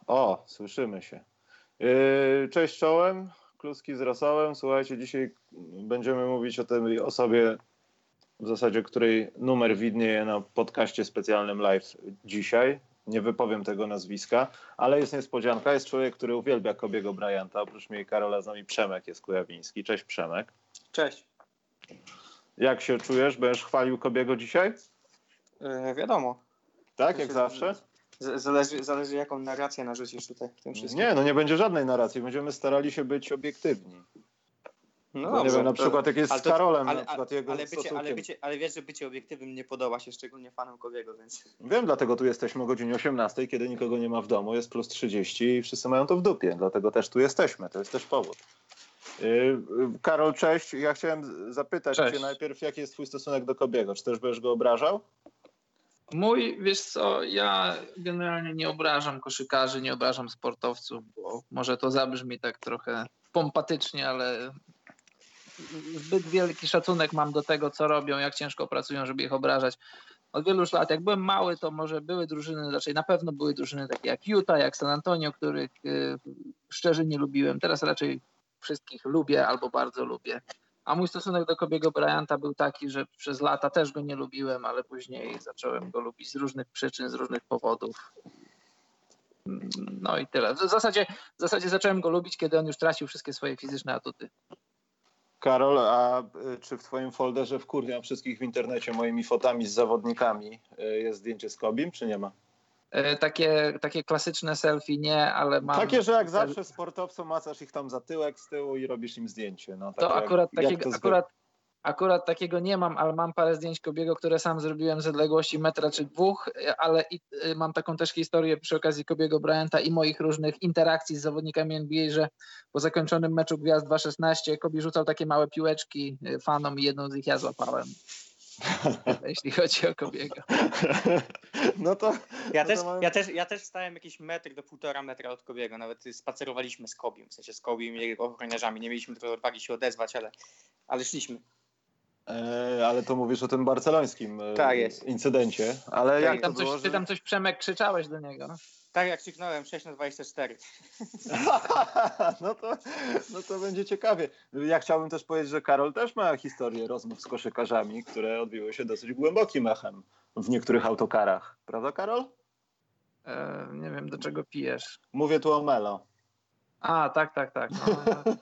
O, słyszymy się. Cześć czołem, kluski z rosołem. Słuchajcie, dzisiaj będziemy mówić o tej osobie, w zasadzie której numer widnieje na podcaście specjalnym live dzisiaj. Nie wypowiem tego nazwiska, ale jest niespodzianka. Jest człowiek, który uwielbia Kobiego Bryanta. Oprócz mnie i Karola z nami Przemek jest Kujawiński. Cześć Przemek. Cześć. Jak się czujesz? Będziesz chwalił Kobiego dzisiaj? Wiadomo. Tak, jak zawsze? Zależy jaką narrację narzucisz tutaj w tym wszystkim. Nie, no nie będzie żadnej narracji. Będziemy starali się być obiektywni. No dobrze, nie wiem, na przykład jak jest z Karolem, na przykład jego ale wiesz, że bycie obiektywnym nie podoba się szczególnie fanom Kobiego, więc... Wiem, dlatego tu jesteśmy o godzinie 18, kiedy nikogo nie ma w domu, jest plus 30 i wszyscy mają to w dupie, dlatego też tu jesteśmy, to jest też powód. Karol, cześć. Ja chciałem zapytać cię najpierw, jaki jest twój stosunek do Kobiego? Czy też będziesz go obrażał? Mój, wiesz co, ja generalnie nie obrażam koszykarzy, nie obrażam sportowców, bo może to zabrzmi tak trochę pompatycznie, ale zbyt wielki szacunek mam do tego, co robią, jak ciężko pracują, żeby ich obrażać. Od wielu już lat, jak byłem mały, to może były drużyny, raczej na pewno były drużyny takie jak Utah, jak San Antonio, których szczerze nie lubiłem. Teraz raczej wszystkich lubię albo bardzo lubię. A mój stosunek do Kobiego Bryanta był taki, że przez lata też go nie lubiłem, ale później zacząłem go lubić z różnych przyczyn, z różnych powodów. No i tyle. W zasadzie zacząłem go lubić, kiedy on już tracił wszystkie swoje fizyczne atuty. Karol, a czy w twoim folderze wkurwiam wszystkich w internecie moimi fotami z zawodnikami jest zdjęcie z Kobim, czy nie ma? Takie klasyczne selfie nie, ale mam... Takie, że jak zawsze sportowcom macasz ich tam za tyłek z tyłu i robisz im zdjęcie. No, to akurat takiego nie mam, ale mam parę zdjęć Kobiego, które sam zrobiłem z odległości metra czy dwóch, ale mam taką też historię przy okazji Kobiego Bryanta i moich różnych interakcji z zawodnikami NBA, że po zakończonym meczu Gwiazd 2.16 Kobe rzucał takie małe piłeczki fanom i jedną z nich ja złapałem. Jeśli chodzi o Kobiego. Ja też stałem jakiś metr do 1,5 metra od Kobiego. Nawet spacerowaliśmy z Kobim, w sensie z Kobim i jego ochroniarzami. Nie mieliśmy trochę odwagi się odezwać, ale szliśmy. Ale to mówisz o tym barcelońskim incydencie. Ale jak tam ty tam coś, Przemek, krzyczałeś do niego. Tak, jak krzyknąłem 6/24. No to będzie ciekawie. Ja chciałbym też powiedzieć, że Karol też ma historię rozmów z koszykarzami, które odbiły się dosyć głębokim echem w niektórych autokarach. Prawda, Karol? Nie wiem, do czego pijesz. Mówię tu o Melo. A, tak. No.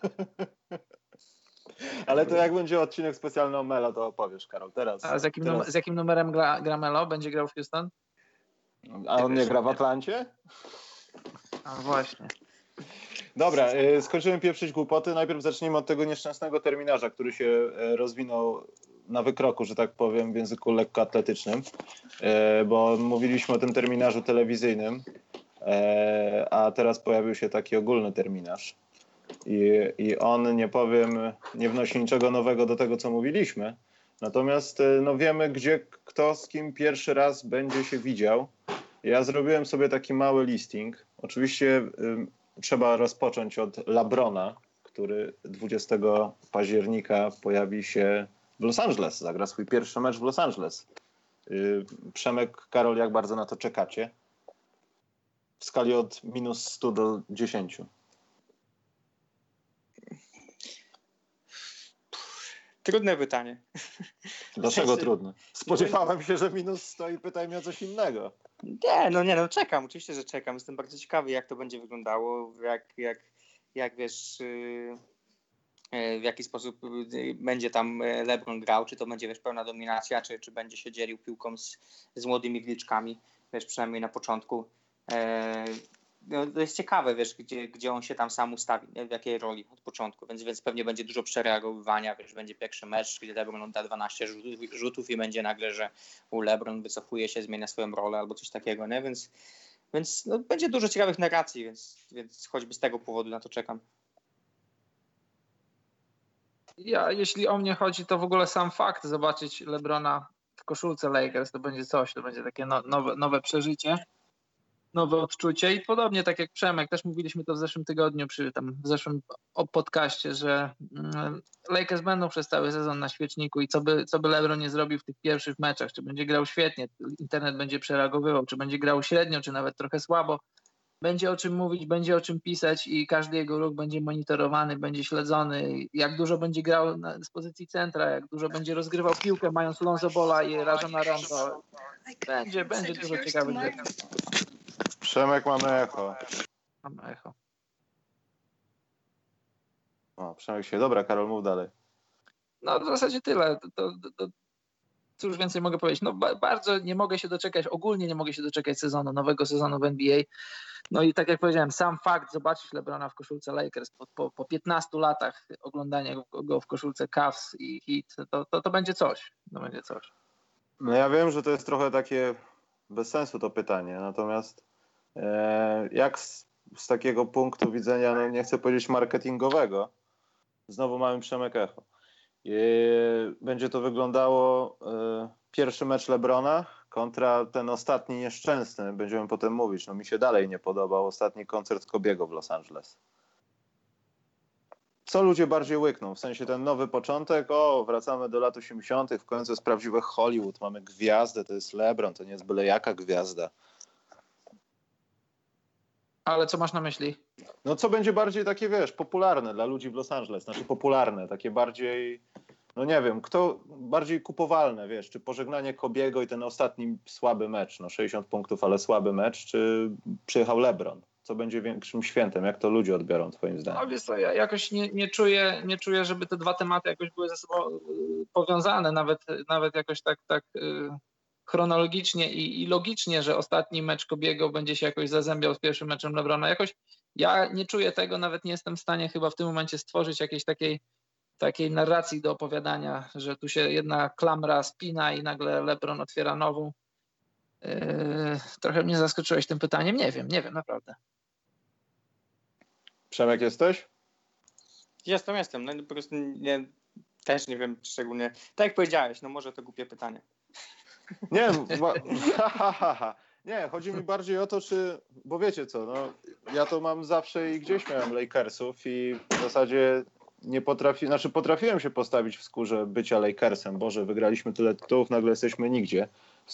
Ale to jak będzie odcinek specjalny o Melo, to opowiesz, Karol, teraz. A z jakim numerem gra Melo? Będzie grał w Houston? A on nie gra w Atlancie? A właśnie. Dobra, skończyłem pieprzyć głupoty. Najpierw zacznijmy od tego nieszczęsnego terminarza, który się rozwinął na wykroku, że tak powiem, w języku lekkoatletycznym, bo mówiliśmy o tym terminarzu telewizyjnym, a teraz pojawił się taki ogólny terminarz. I on, nie powiem, nie wnosi niczego nowego do tego, co mówiliśmy. Natomiast wiemy, gdzie kto z kim pierwszy raz będzie się widział. Ja zrobiłem sobie taki mały listing. Oczywiście trzeba rozpocząć od LeBrona, który 20 października pojawi się w Los Angeles. Zagra swój pierwszy mecz w Los Angeles. Przemek, Karol, jak bardzo na to czekacie? W skali od -100 do 10. Trudne pytanie. Dlaczego trudne? Spodziewałem się, że -100 i pytaj mnie o coś innego. Nie, czekam. Oczywiście, że czekam. Jestem bardzo ciekawy, jak to będzie wyglądało, jak wiesz, w jaki sposób będzie tam LeBron grał, czy to będzie, wiesz, pełna dominacja, czy będzie się dzielił piłką z młodymi wilczkami, wiesz, przynajmniej na początku. To jest ciekawe, wiesz, gdzie on się tam sam ustawi, nie? W jakiej roli od początku, więc pewnie będzie dużo przereagowywania, wiesz, będzie pierwszy mecz, gdzie LeBron da 12 rzutów i będzie nagle, że LeBron wycofuje się, zmienia swoją rolę albo coś takiego, nie? Więc będzie dużo ciekawych narracji, więc choćby z tego powodu na to czekam. Jeśli o mnie chodzi, to w ogóle sam fakt zobaczyć LeBrona w koszulce Lakers, to będzie coś, to będzie takie nowe przeżycie. Nowe odczucie i podobnie tak jak Przemek, też mówiliśmy to w zeszłym tygodniu w zeszłym podcaście, że Lakers będą przez cały sezon na świeczniku i co by LeBron nie zrobił w tych pierwszych meczach, czy będzie grał świetnie, internet będzie przereagowywał, czy będzie grał średnio, czy nawet trochę słabo, będzie o czym mówić, będzie o czym pisać i każdy jego ruch będzie monitorowany, będzie śledzony, jak dużo będzie grał z pozycji centra, jak dużo będzie rozgrywał piłkę, mając Lonzo Balla i Rajona Rondo. Będzie dużo ciekawych rzeczy. Przemek, mamy echo. Mam echo. O, Przemek się... Dobra, Karol, mów dalej. No w zasadzie tyle. Cóż więcej mogę powiedzieć? No bardzo nie mogę się doczekać, ogólnie nie mogę się doczekać nowego sezonu w NBA. No i tak jak powiedziałem, sam fakt zobaczyć LeBrona w koszulce Lakers po 15 latach oglądania go w koszulce Cavs i Heat, to będzie coś. To będzie coś. No ja wiem, że to jest trochę takie bez sensu to pytanie, natomiast jak z takiego punktu widzenia, no nie chcę powiedzieć marketingowego, znowu mamy Przemek echo. Będzie to wyglądało pierwszy mecz LeBrona kontra ten ostatni nieszczęsny, będziemy potem mówić, no mi się dalej nie podobał ostatni koncert Kobiego w Los Angeles. Co ludzie bardziej łykną? W sensie ten nowy początek, wracamy do lat 80., w końcu jest prawdziwe Hollywood, mamy gwiazdę, to jest LeBron, to nie jest byle jaka gwiazda. Ale co masz na myśli? No co będzie bardziej takie, wiesz, popularne dla ludzi w Los Angeles, znaczy popularne, takie bardziej, no nie wiem, kto bardziej kupowalne, wiesz, czy pożegnanie Kobiego i ten ostatni słaby mecz, no 60 punktów, ale słaby mecz, czy przyjechał LeBron? Co będzie większym świętem? Jak to ludzie odbiorą twoim zdaniem? No wiesz co, ja jakoś nie czuję, żeby te dwa tematy jakoś były ze sobą powiązane, nawet jakoś tak chronologicznie i logicznie, że ostatni mecz Kobiego będzie się jakoś zazębiał z pierwszym meczem LeBrona. Jakoś ja nie czuję tego, nawet nie jestem w stanie chyba w tym momencie stworzyć jakiejś takiej narracji do opowiadania, że tu się jedna klamra spina i nagle LeBron otwiera nową. Trochę mnie zaskoczyłeś tym pytaniem. Nie wiem, naprawdę. Przemek, jesteś? Jestem. No po prostu też nie wiem szczególnie. Tak jak powiedziałeś, no może to głupie pytanie. Nie, nie, chodzi mi bardziej o to, bo wiecie co, no, ja to mam zawsze i gdzieś miałem Lakersów i w zasadzie potrafiłem się postawić w skórze bycia Lakersem. Boże, wygraliśmy tyle tytułów, nagle jesteśmy nigdzie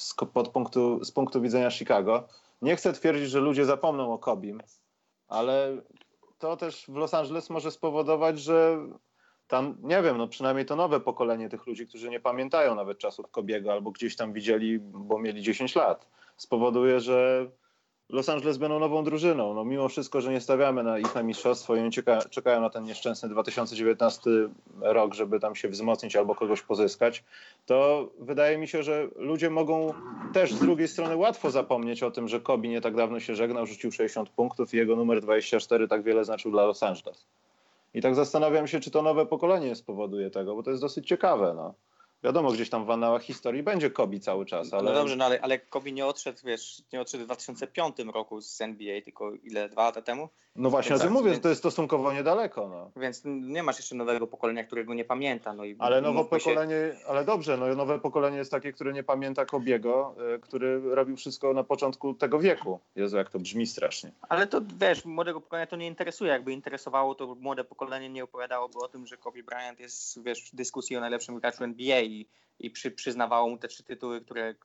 z punktu widzenia Chicago. Nie chcę twierdzić, że ludzie zapomną o Kobim, ale to też w Los Angeles może spowodować, że tam, nie wiem, no przynajmniej to nowe pokolenie tych ludzi, którzy nie pamiętają nawet czasów Kobiego albo gdzieś tam widzieli, bo mieli 10 lat, spowoduje, że Los Angeles będą nową drużyną. No mimo wszystko, że nie stawiamy na ich na mistrzostwo i oni czekają na ten nieszczęsny 2019 rok, żeby tam się wzmocnić albo kogoś pozyskać, to wydaje mi się, że ludzie mogą też z drugiej strony łatwo zapomnieć o tym, że Kobe nie tak dawno się żegnał, rzucił 60 punktów i jego numer 24 tak wiele znaczył dla Los Angeles. I tak zastanawiam się, czy to nowe pokolenie spowoduje tego, bo to jest dosyć ciekawe. No. Wiadomo, gdzieś tam w annałach historii będzie Kobe cały czas, ale... No dobrze, no ale Kobe nie odszedł w 2005 roku z NBA, tylko 2 lata temu? No właśnie, o tym mówię, że to jest stosunkowo niedaleko. No. Więc nie masz jeszcze nowego pokolenia, którego nie pamięta. No i ale ale dobrze, no nowe pokolenie jest takie, które nie pamięta Kobiego, który robił wszystko na początku tego wieku. Jezu, jak to brzmi strasznie. Ale to wiesz, młodego pokolenia to nie interesuje. Jakby interesowało, to młode pokolenie nie opowiadałoby o tym, że Kobe Bryant jest, wiesz, w dyskusji o najlepszym graczu NBA i przyznawało mu te 3 tytuły,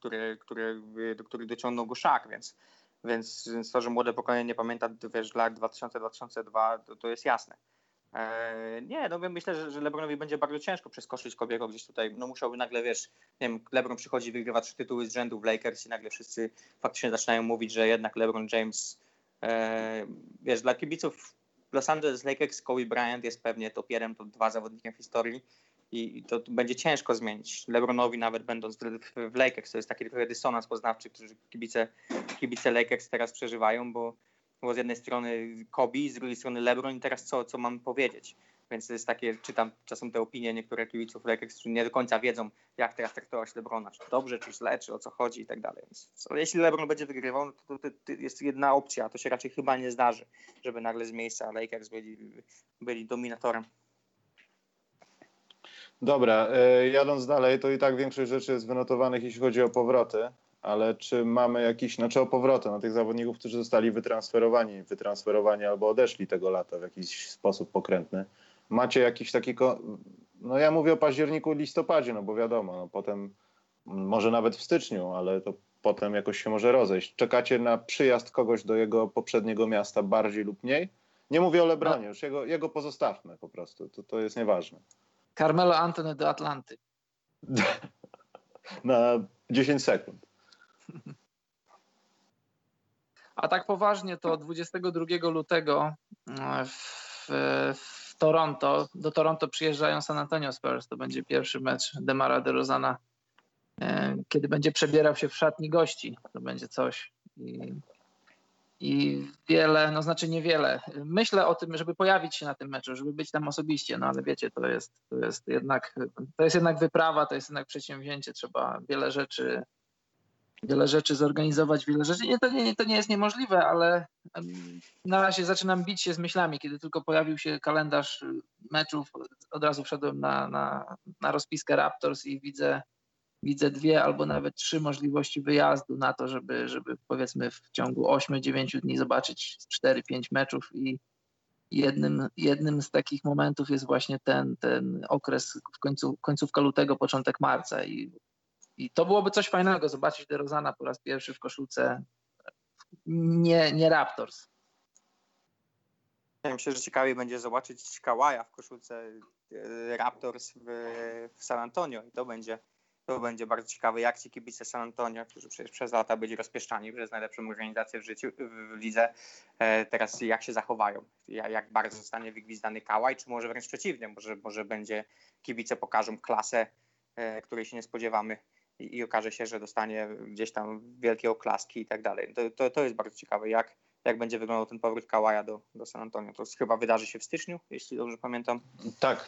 do których dociągnął go Shaq, więc to, że młode pokolenie nie pamięta, wiesz, lat 2000-2002, to jest jasne. Nie, no myślę, że LeBronowi będzie bardzo ciężko przeskoczyć Kobiego gdzieś tutaj. No musiałby nagle, wiesz, nie wiem, LeBron przychodzi, wygrywa 3 tytuły z rzędu w Lakers i nagle wszyscy faktycznie zaczynają mówić, że jednak LeBron James, wiesz, dla kibiców Los Angeles Lakers Kobe Bryant jest pewnie top 1, top 2 zawodnikiem w historii i to będzie ciężko zmienić. LeBronowi nawet będąc w Lakers, to jest taki trochę dysonans poznawczy, który kibice Lakers teraz przeżywają, bo z jednej strony Kobe, z drugiej strony LeBron i teraz co mam powiedzieć. Więc to jest takie, czytam czasem te opinie niektórych kibiców Lakers, którzy nie do końca wiedzą, jak teraz traktować LeBrona, czy dobrze, czy źle, czy o co chodzi i tak dalej. Więc jeśli LeBron będzie wygrywał, no to jest jedna opcja, a to się raczej chyba nie zdarzy, żeby nagle z miejsca Lakers byli dominatorem. Dobra, jadąc dalej, to i tak większość rzeczy jest wynotowanych, jeśli chodzi o powroty. Ale czy mamy jakiś, o powroty na tych zawodników, którzy zostali wytransferowani albo odeszli tego lata w jakiś sposób pokrętny? Macie jakiś taki, no ja mówię o październiku, listopadzie, no bo wiadomo, no potem może nawet w styczniu, ale to potem jakoś się może rozejść. Czekacie na przyjazd kogoś do jego poprzedniego miasta bardziej lub mniej? Nie mówię o LeBronie, już jego pozostawmy po prostu, to jest nieważne. Carmelo Anthony do Atlanty. Na 10 sekund. A tak poważnie to 22 lutego w Toronto, do Toronto przyjeżdżają San Antonio Spurs. To będzie pierwszy mecz DeMara DeRozana, kiedy będzie przebierał się w szatni gości. To będzie coś. I wiele, no znaczy niewiele. Myślę o tym, żeby pojawić się na tym meczu, żeby być tam osobiście, no ale wiecie, to jest jednak wyprawa, to jest jednak przedsięwzięcie. Trzeba wiele rzeczy zorganizować, wiele rzeczy. To nie jest niemożliwe, ale na razie zaczynam bić się z myślami. Kiedy tylko pojawił się kalendarz meczów, od razu wszedłem na rozpiskę Raptors i widzę 2 albo nawet 3 możliwości wyjazdu na to, żeby powiedzmy w ciągu 8-9 dni zobaczyć 4-5 meczów i jednym z takich momentów jest właśnie ten okres końcówka lutego, początek marca i to byłoby coś fajnego, zobaczyć DeRozana po raz pierwszy w koszulce nie Raptors. Ja myślę, że ciekawie będzie zobaczyć Kawaja w koszulce Raptors w San Antonio i to będzie bardzo ciekawe, jak ci kibice San Antonio, którzy przecież przez lata byli rozpieszczani przez najlepszą organizację w lidze, teraz jak się zachowają, jak bardzo zostanie wygwizdany Kawaj, czy może wręcz przeciwnie, może będzie kibice pokażą klasę, której się nie spodziewamy i okaże się, że dostanie gdzieś tam wielkie oklaski i tak dalej. To jest bardzo ciekawe, jak będzie wyglądał ten powrót Kawaja do San Antonio. To chyba wydarzy się w styczniu, jeśli dobrze pamiętam. Tak.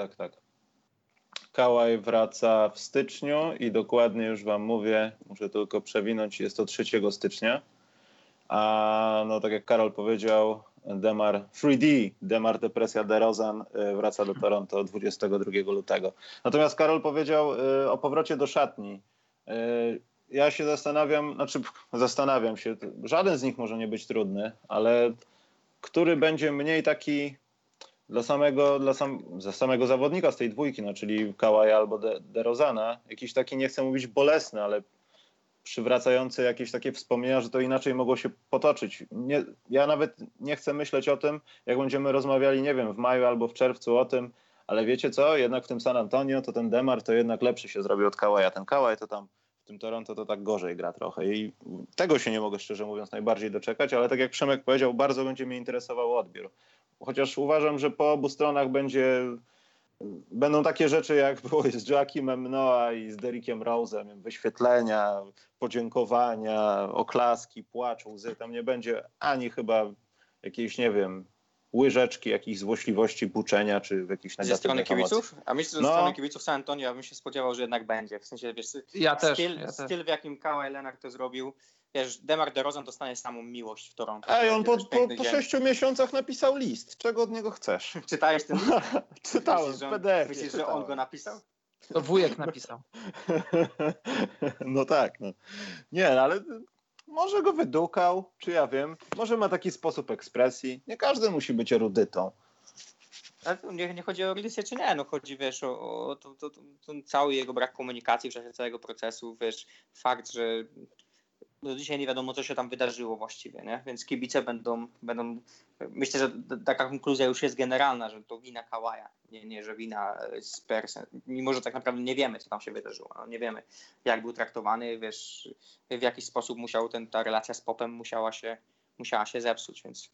Kawaj wraca w styczniu i dokładnie już wam mówię, muszę tylko przewinąć, jest to 3 stycznia. A no tak jak Karol powiedział, DeMar Depresja DeRozan wraca do Toronto 22 lutego. Natomiast Karol powiedział o powrocie do szatni. Ja się zastanawiam się, żaden z nich może nie być trudny, ale który będzie mniej taki dla samego zawodnika z tej dwójki, no, czyli Kawaja albo DeRozana, jakiś taki, nie chcę mówić bolesny, ale przywracający jakieś takie wspomnienia, że to inaczej mogło się potoczyć. Ja nawet nie chcę myśleć o tym, jak będziemy rozmawiali, nie wiem, w maju albo w czerwcu o tym, ale wiecie co, jednak w tym San Antonio to ten DeMar to jednak lepszy się zrobił od Kawaja. Ten Kawaj to tam w tym Toronto to tak gorzej gra trochę i tego się nie mogę szczerze mówiąc najbardziej doczekać, ale tak jak Przemek powiedział, bardzo będzie mnie interesował odbiór. Chociaż uważam, że po obu stronach będą takie rzeczy, jak było z Joakimem Noah i z Derrickiem Rose'em, wyświetlenia, podziękowania, oklaski, płacz, łzy. Tam nie będzie ani chyba jakiejś, nie wiem, łyżeczki, jakichś złośliwości, buczenia, czy w jakichś negatywnych ze strony kibiców? emocji. A myślę, że ze strony kibiców San Antonio ja bym się spodziewał, że jednak będzie. W sensie, wiesz, styl w jakim Kawhi Leonard to zrobił. Wiesz, DeMar DeRozan dostanie samą miłość w Toronto. Ej, on po 6 miesiącach napisał list. Czego od niego chcesz? Czytałeś ten list? Czytałem w PDF. Myślisz, że on go napisał? To wujek napisał. No tak. No. Nie, ale może go wydukał, czy ja wiem. Może ma taki sposób ekspresji. Nie każdy musi być erudytą. Ale nie chodzi o erudycję czy nie, no chodzi, wiesz, o cały jego brak komunikacji w czasie całego procesu, wiesz, fakt, że do dzisiaj nie wiadomo, co się tam wydarzyło właściwie, nie? Więc kibice będą, myślę, że taka konkluzja już jest generalna, że to wina Kawaja, nie że wina Spurs, mimo że tak naprawdę nie wiemy, co tam się wydarzyło, no, nie wiemy, jak był traktowany, wiesz, w jaki sposób ta relacja z Popem musiała się zepsuć, więc...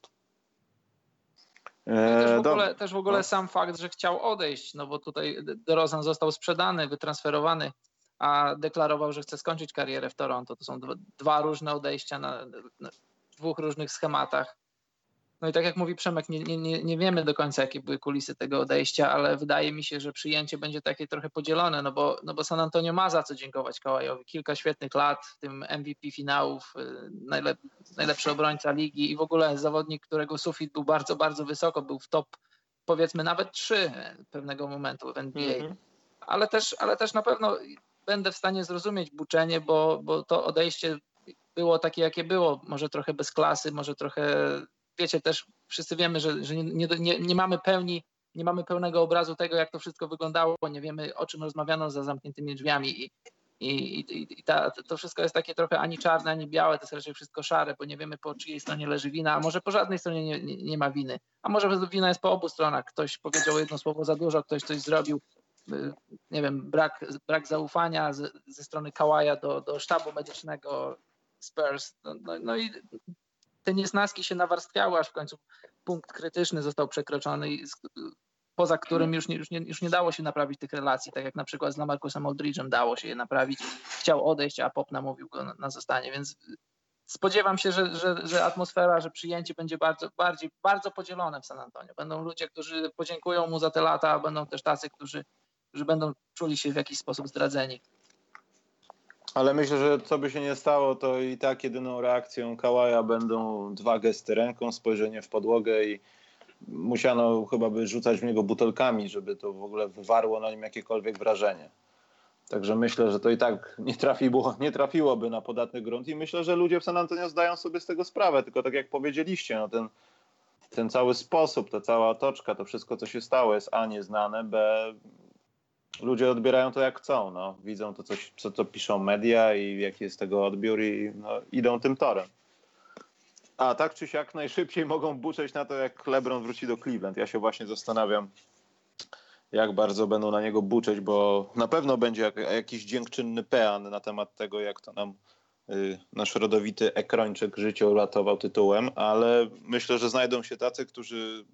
Też w ogóle sam fakt, że chciał odejść, no bo tutaj DeRozan został sprzedany, wytransferowany, a deklarował, że chce skończyć karierę w Toronto. To są 2 różne odejścia na 2 różnych schematach. No i tak jak mówi Przemek, nie wiemy do końca, jakie były kulisy tego odejścia, ale wydaje mi się, że przyjęcie będzie takie trochę podzielone, no bo San Antonio ma za co dziękować Kawajowi. Kilka świetnych lat, w tym MVP finałów, najlepszy obrońca ligi i w ogóle zawodnik, którego sufit był bardzo, bardzo wysoko, był w top, powiedzmy nawet 3 pewnego momentu w NBA. Ale też na pewno będę w stanie zrozumieć buczenie, bo to odejście było takie, jakie było. Może trochę bez klasy, może trochę, wiecie, też wszyscy wiemy, że nie mamy pełnego obrazu tego, jak to wszystko wyglądało. Nie wiemy, o czym rozmawiano za zamkniętymi drzwiami To wszystko jest takie trochę ani czarne, ani białe, to jest raczej wszystko szare, bo nie wiemy, po czyjej stronie leży wina, a może po żadnej stronie nie ma winy, a może wina jest po obu stronach. Ktoś powiedział jedno słowo za dużo, ktoś coś zrobił, nie wiem, brak zaufania ze strony Kawaja do sztabu medycznego Spurs. No i te niesnaski się nawarstwiały, aż w końcu punkt krytyczny został przekroczony, poza którym już nie dało się naprawić tych relacji, tak jak na przykład z Lamarcusem Aldridge'em dało się je naprawić. Chciał odejść, a Pop namówił go na zostanie, więc spodziewam się, że atmosfera, że przyjęcie będzie bardzo podzielone w San Antonio. Będą ludzie, którzy podziękują mu za te lata, a będą też tacy, którzy będą czuli się w jakiś sposób zdradzeni. Ale myślę, że co by się nie stało, to i tak jedyną reakcją Kawaja będą 2 gesty ręką, spojrzenie w podłogę i musiano chyba by rzucać w niego butelkami, żeby to w ogóle wywarło na nim jakiekolwiek wrażenie. Także myślę, że to i tak nie trafiłoby na podatny grunt i myślę, że ludzie w San Antonio zdają sobie z tego sprawę, tylko tak jak powiedzieliście, no ten cały sposób, ta cała otoczka, to wszystko, co się stało, jest A, nieznane, B, ludzie odbierają to jak chcą, no. Widzą to, co piszą media i jaki jest tego odbiór i idą tym torem. A tak czy siak najszybciej mogą buczeć na to, jak LeBron wróci do Cleveland. Ja się właśnie zastanawiam, jak bardzo będą na niego buczeć, bo na pewno będzie jakiś dziękczynny pean na temat tego, jak to nam nasz rodowity Ekrończyk życie uratował tytułem, ale myślę, że znajdą się tacy, którzy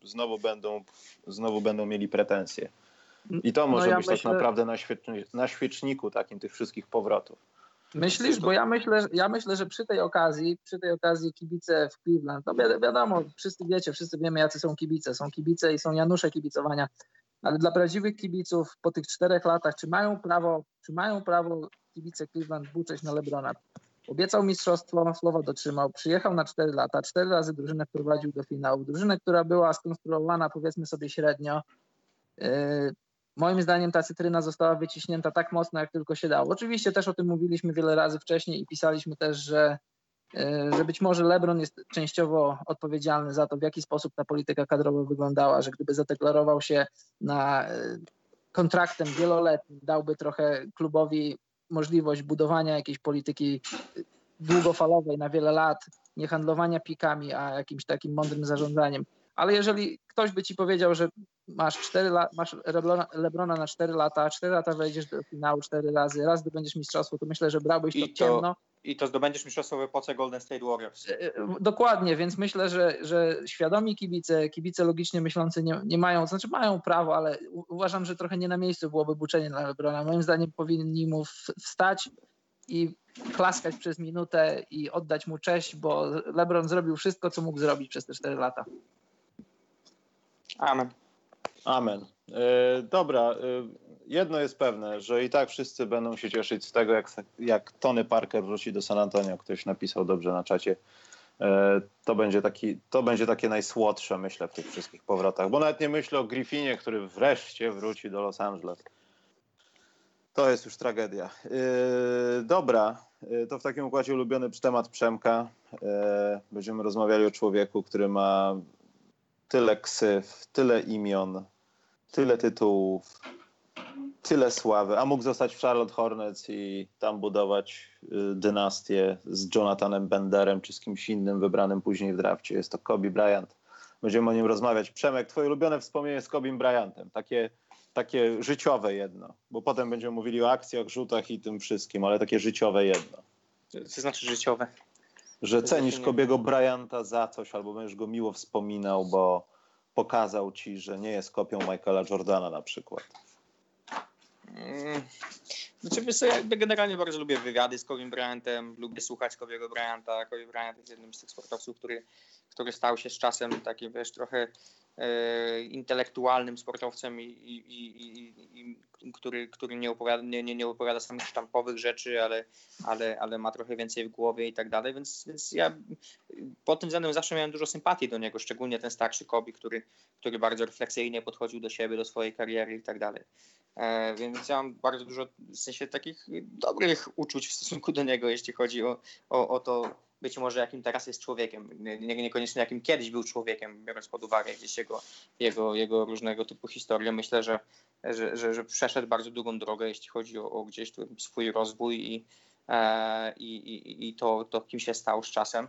znowu będą mieli pretensje. I to może być tak naprawdę na świeczniku takim tych wszystkich powrotów. Myślisz? Bo ja myślę, że przy tej okazji kibice w Cleveland, no wiadomo, wszyscy wiemy, jacy są kibice. Są kibice i są Janusze kibicowania, ale dla prawdziwych kibiców po tych 4 latach, czy mają prawo kibice Cleveland buczeć na LeBrona? Obiecał mistrzostwo, słowa dotrzymał, przyjechał na 4 lata, 4 razy drużynę wprowadził do finału. Drużynę, która była skonstruowana, powiedzmy sobie, średnio. Moim zdaniem ta cytryna została wyciśnięta tak mocno, jak tylko się dało. Oczywiście też o tym mówiliśmy wiele razy wcześniej i pisaliśmy też, że być może LeBron jest częściowo odpowiedzialny za to, w jaki sposób ta polityka kadrowa wyglądała, że gdyby zadeklarował się na kontraktem wieloletnim, dałby trochę klubowi możliwość budowania jakiejś polityki długofalowej na wiele lat, nie handlowania pikami, a jakimś takim mądrym zarządzaniem. Ale jeżeli ktoś by ci powiedział, że masz LeBrona na 4 lata, 4 lata wejdziesz do finału 4 razy, raz zdobędziesz mistrzostwo, to myślę, że brałbyś to ciemno. I to zdobędziesz mistrzostwo w epoce Golden State Warriors. Dokładnie, więc myślę, że świadomi kibice logicznie myślący nie mają, znaczy mają prawo, ale uważam, że trochę nie na miejscu byłoby buczenie na LeBrona. Moim zdaniem powinni mu wstać i klaskać przez minutę i oddać mu cześć, bo LeBron zrobił wszystko, co mógł zrobić przez te 4 lata. Amen. Dobra, jedno jest pewne, że i tak wszyscy będą się cieszyć z tego, jak Tony Parker wróci do San Antonio. Ktoś napisał dobrze na czacie. To będzie takie najsłodsze, myślę, w tych wszystkich powrotach. Bo nawet nie myślę o Griffinie, który wreszcie wróci do Los Angeles. To jest już tragedia. Dobra, to w takim układzie ulubiony temat Przemka. Będziemy rozmawiali o człowieku, który ma tyle ksyw, tyle imion, tyle tytułów, tyle sławy, a mógł zostać w Charlotte Hornets i tam budować dynastię z Jonathanem Benderem czy z kimś innym wybranym później w drafcie. Jest to Kobe Bryant. Będziemy o nim rozmawiać. Przemek, twoje ulubione wspomnienie z Kobim Bryantem. Takie życiowe jedno, bo potem będziemy mówili o akcjach, rzutach i tym wszystkim, ale takie życiowe jedno. Co znaczy życiowe? Że cenisz Kobiego Bryanta za coś, albo będziesz go miło wspominał, bo pokazał ci, że nie jest kopią Michaela Jordana na przykład. Znaczy, wiesz co, ja generalnie bardzo lubię wywiady z Kobim Bryantem, lubię słuchać Kobiego Bryanta. Kobe Bryant jest jednym z tych sportowców, który stał się z czasem takim, wiesz, trochę intelektualnym sportowcem który nie opowiada samych sztampowych rzeczy, ale ma trochę więcej w głowie i tak dalej, więc ja pod tym względem zawsze miałem dużo sympatii do niego, szczególnie ten starszy Kobe, który bardzo refleksyjnie podchodził do siebie, do swojej kariery i tak dalej. Więc ja mam bardzo dużo w sensie takich dobrych uczuć w stosunku do niego, jeśli chodzi o to, być może jakim teraz jest człowiekiem, niekoniecznie jakim kiedyś był człowiekiem, biorąc pod uwagę gdzieś jego różnego typu historię. Myślę, że przeszedł bardzo długą drogę, jeśli chodzi o gdzieś tu swój rozwój i to, kim się stał z czasem.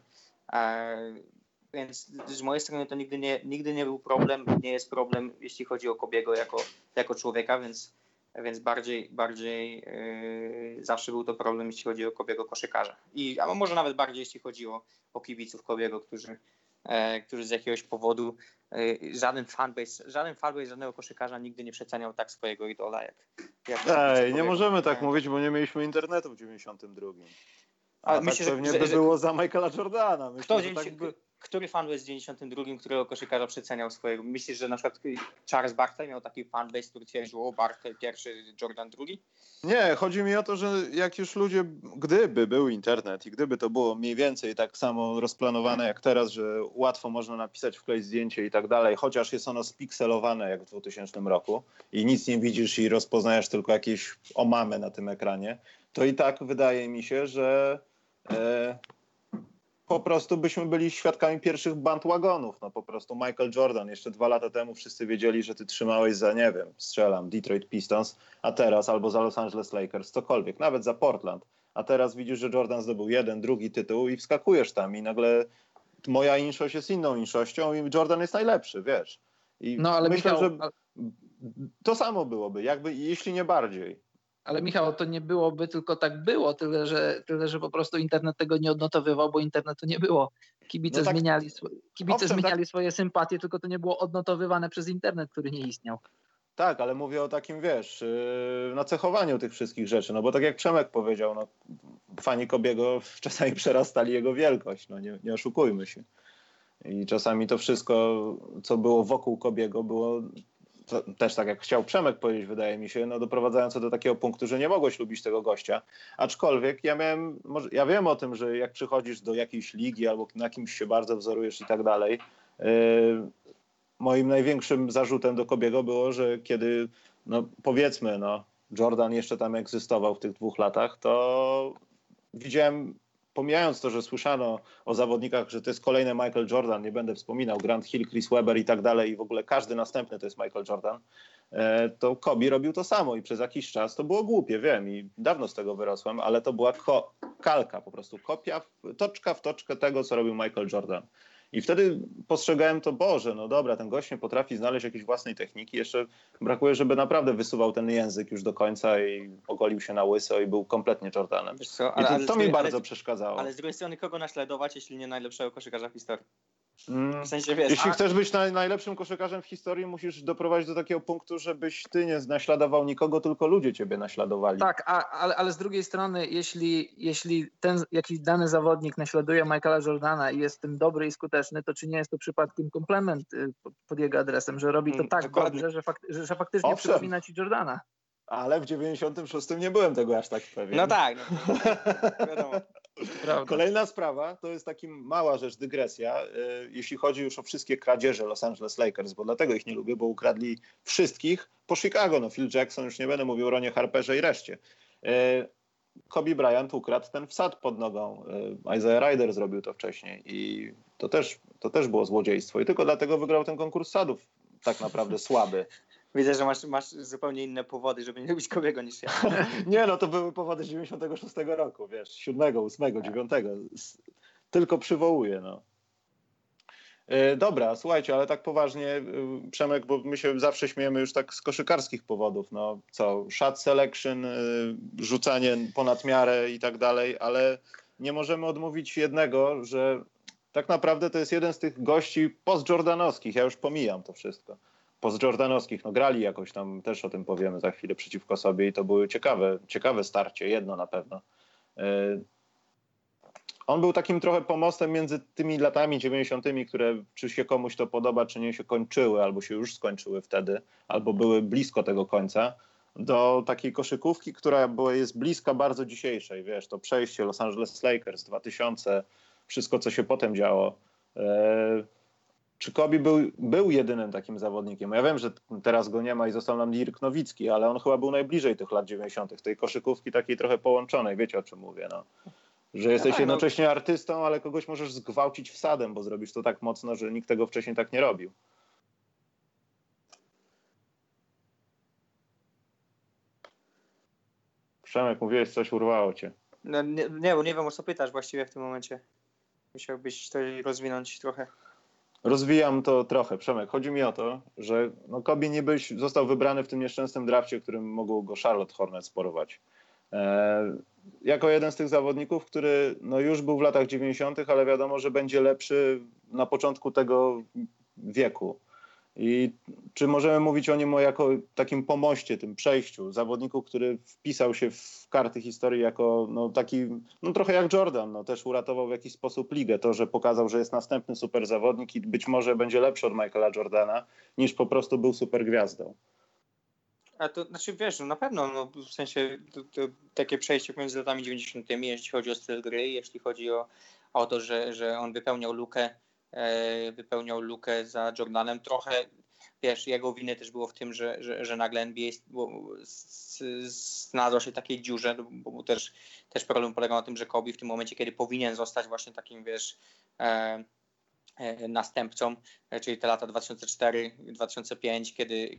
Więc z mojej strony to nigdy nie był problem, nie jest problem, jeśli chodzi o Kobiego jako człowieka, więc bardziej zawsze był to problem, jeśli chodzi o Kobiego koszykarza. A może nawet bardziej, jeśli chodzi o kibiców Kobiego, którzy z jakiegoś powodu żaden fanbase żadnego koszykarza nigdy nie przeceniał tak swojego idola jak nie możemy tak mówić, bo nie mieliśmy internetu w 92. A tak myślę, pewnie by było za Michaela Jordana. Który fanbase w 92, którego koszykarza przeceniał swojego? Myślisz, że na przykład Charles Barkley miał taki fanbase, który twierdził, o Barkley pierwszy, Jordan drugi? Nie, chodzi mi o to, że jak już ludzie, gdyby był internet i gdyby to było mniej więcej tak samo rozplanowane jak teraz, że łatwo można napisać, wkleić zdjęcie i tak dalej, chociaż jest ono spikselowane jak w 2000 roku i nic nie widzisz i rozpoznajesz tylko jakieś omamy na tym ekranie, to i tak wydaje mi się, że po prostu byśmy byli świadkami pierwszych bandwagonów. No po prostu Michael Jordan. Jeszcze 2 lata temu wszyscy wiedzieli, że ty trzymałeś za, nie wiem, strzelam, Detroit Pistons, a teraz albo za Los Angeles Lakers, cokolwiek, nawet za Portland. A teraz widzisz, że Jordan zdobył 1, 2 tytuł i wskakujesz tam i nagle moja inszość jest inną inszością i Jordan jest najlepszy, wiesz. I no, ale myślę, Michał, że to samo byłoby, jakby, jeśli nie bardziej. Ale Michał, to nie byłoby, tylko tak było, tyle że po prostu internet tego nie odnotowywał, bo internetu nie było. Kibice zmieniali swoje sympatie, tylko to nie było odnotowywane przez internet, który nie istniał. Tak, ale mówię o takim, wiesz, nacechowaniu tych wszystkich rzeczy, no bo tak jak Przemek powiedział, no, fani Kobiego czasami przerastali jego wielkość, no nie oszukujmy się. I czasami to wszystko, co było wokół Kobiego, było też tak jak chciał Przemek powiedzieć, wydaje mi się, no doprowadzające do takiego punktu, że nie mogłeś lubić tego gościa. Aczkolwiek ja wiem o tym, że jak przychodzisz do jakiejś ligi albo na kimś się bardzo wzorujesz i tak dalej, moim największym zarzutem do Kobiego było, że kiedy, no powiedzmy, no Jordan jeszcze tam egzystował w tych 2 latach, to widziałem, pomijając to, że słyszano o zawodnikach, że to jest kolejny Michael Jordan, nie będę wspominał, Grant Hill, Chris Webber i tak dalej i w ogóle każdy następny to jest Michael Jordan, to Kobe robił to samo i przez jakiś czas to było głupie, wiem i dawno z tego wyrosłem, ale to była kalka, po prostu kopia, toczka w toczkę tego, co robił Michael Jordan. I wtedy postrzegałem to, Boże, no dobra, ten gość nie potrafi znaleźć jakiejś własnej techniki, jeszcze brakuje, żeby naprawdę wysuwał ten język już do końca i ogolił się na łyso i był kompletnie Jordanem. Wiesz co, to mi bardzo przeszkadzało. Ale z drugiej strony kogo naśladować, jeśli nie najlepszego koszykarza w historii? W sensie, wiesz, jeśli chcesz być najlepszym koszykarzem w historii, musisz doprowadzić do takiego punktu, żebyś ty nie naśladował nikogo, tylko ludzie ciebie naśladowali. Tak, ale z drugiej strony, jeśli ten jakiś dany zawodnik naśladuje Michaela Jordana i jest w tym dobry i skuteczny, to czy nie jest to przypadkiem komplement pod jego adresem, że robi to tak dobrze, że faktycznie przypomina ci Jordana? Ale w 96 nie byłem tego aż tak pewien. No tak, wiadomo. Prawda. Kolejna sprawa, to jest taka mała rzecz, dygresja, jeśli chodzi już o wszystkie kradzieże Los Angeles Lakers, bo dlatego ich nie lubię, bo ukradli wszystkich po Chicago. No Phil Jackson, już nie będę mówił o Ronie Harperze i reszcie. Kobe Bryant ukradł ten wsad pod nogą. Isaiah Ryder zrobił to wcześniej i to też było złodziejstwo i tylko dlatego wygrał ten konkurs sadów tak naprawdę słaby. Widzę, że masz zupełnie inne powody, żeby nie lubić Kobiego niż ja. Nie, no to były powody z 96 roku, wiesz, 7, 8, 9. Tylko przywołuję, no. Dobra, słuchajcie, ale tak poważnie, Przemek, bo my się zawsze śmiejemy już tak z koszykarskich powodów, no co, shot selection, rzucanie ponad miarę i tak dalej, ale nie możemy odmówić jednego, że tak naprawdę to jest jeden z tych gości post-jordanowskich, ja już pomijam to wszystko. Post-jordanowskich, no grali jakoś tam, też o tym powiemy za chwilę, przeciwko sobie i to były ciekawe starcie, jedno na pewno. On był takim trochę pomostem między tymi latami 90., które czy się komuś to podoba, czy nie się kończyły, albo się już skończyły wtedy, albo były blisko tego końca, do takiej koszykówki, która jest bliska bardzo dzisiejszej, wiesz, to przejście Los Angeles Lakers 2000, wszystko co się potem działo. Czy Kobe był jedynym takim zawodnikiem? Ja wiem, że teraz go nie ma i został nam Dirk Nowicki, ale on chyba był najbliżej tych lat 90., tej koszykówki takiej trochę połączonej, wiecie o czym mówię, no. Że jesteś tak, jednocześnie artystą, ale kogoś możesz zgwałcić wsadem, bo zrobisz to tak mocno, że nikt tego wcześniej tak nie robił. Przemek, mówiłeś, coś urwało cię. No, nie, bo nie wiem, o co pytasz właściwie w tym momencie. Musiałbyś to rozwinąć trochę. Rozwijam to trochę. Przemek, chodzi mi o to, że Kobe niby został wybrany w tym nieszczęsnym drafcie, którym mogło go Charlotte Hornets porwać. Jako jeden z tych zawodników, który już był w latach 90., ale wiadomo, że będzie lepszy na początku tego wieku. I czy możemy mówić o nim jako takim pomoście, tym przejściu, zawodniku, który wpisał się w karty historii jako taki, trochę jak Jordan, też uratował w jakiś sposób ligę, to, że pokazał, że jest następny super zawodnik i być może będzie lepszy od Michaela Jordana, niż po prostu był super gwiazdą. A to znaczy, wiesz, na pewno, w sensie to takie przejście pomiędzy latami 90., jeśli chodzi o styl gry, jeśli chodzi o to, że on wypełniał lukę za Jordanem. Trochę, wiesz, jego winy też było w tym, że nagle NBA znalazło się w takiej dziurze, bo też problem polegał na tym, że Kobe w tym momencie, kiedy powinien zostać właśnie takim, wiesz, następcą, czyli te lata 2004-2005,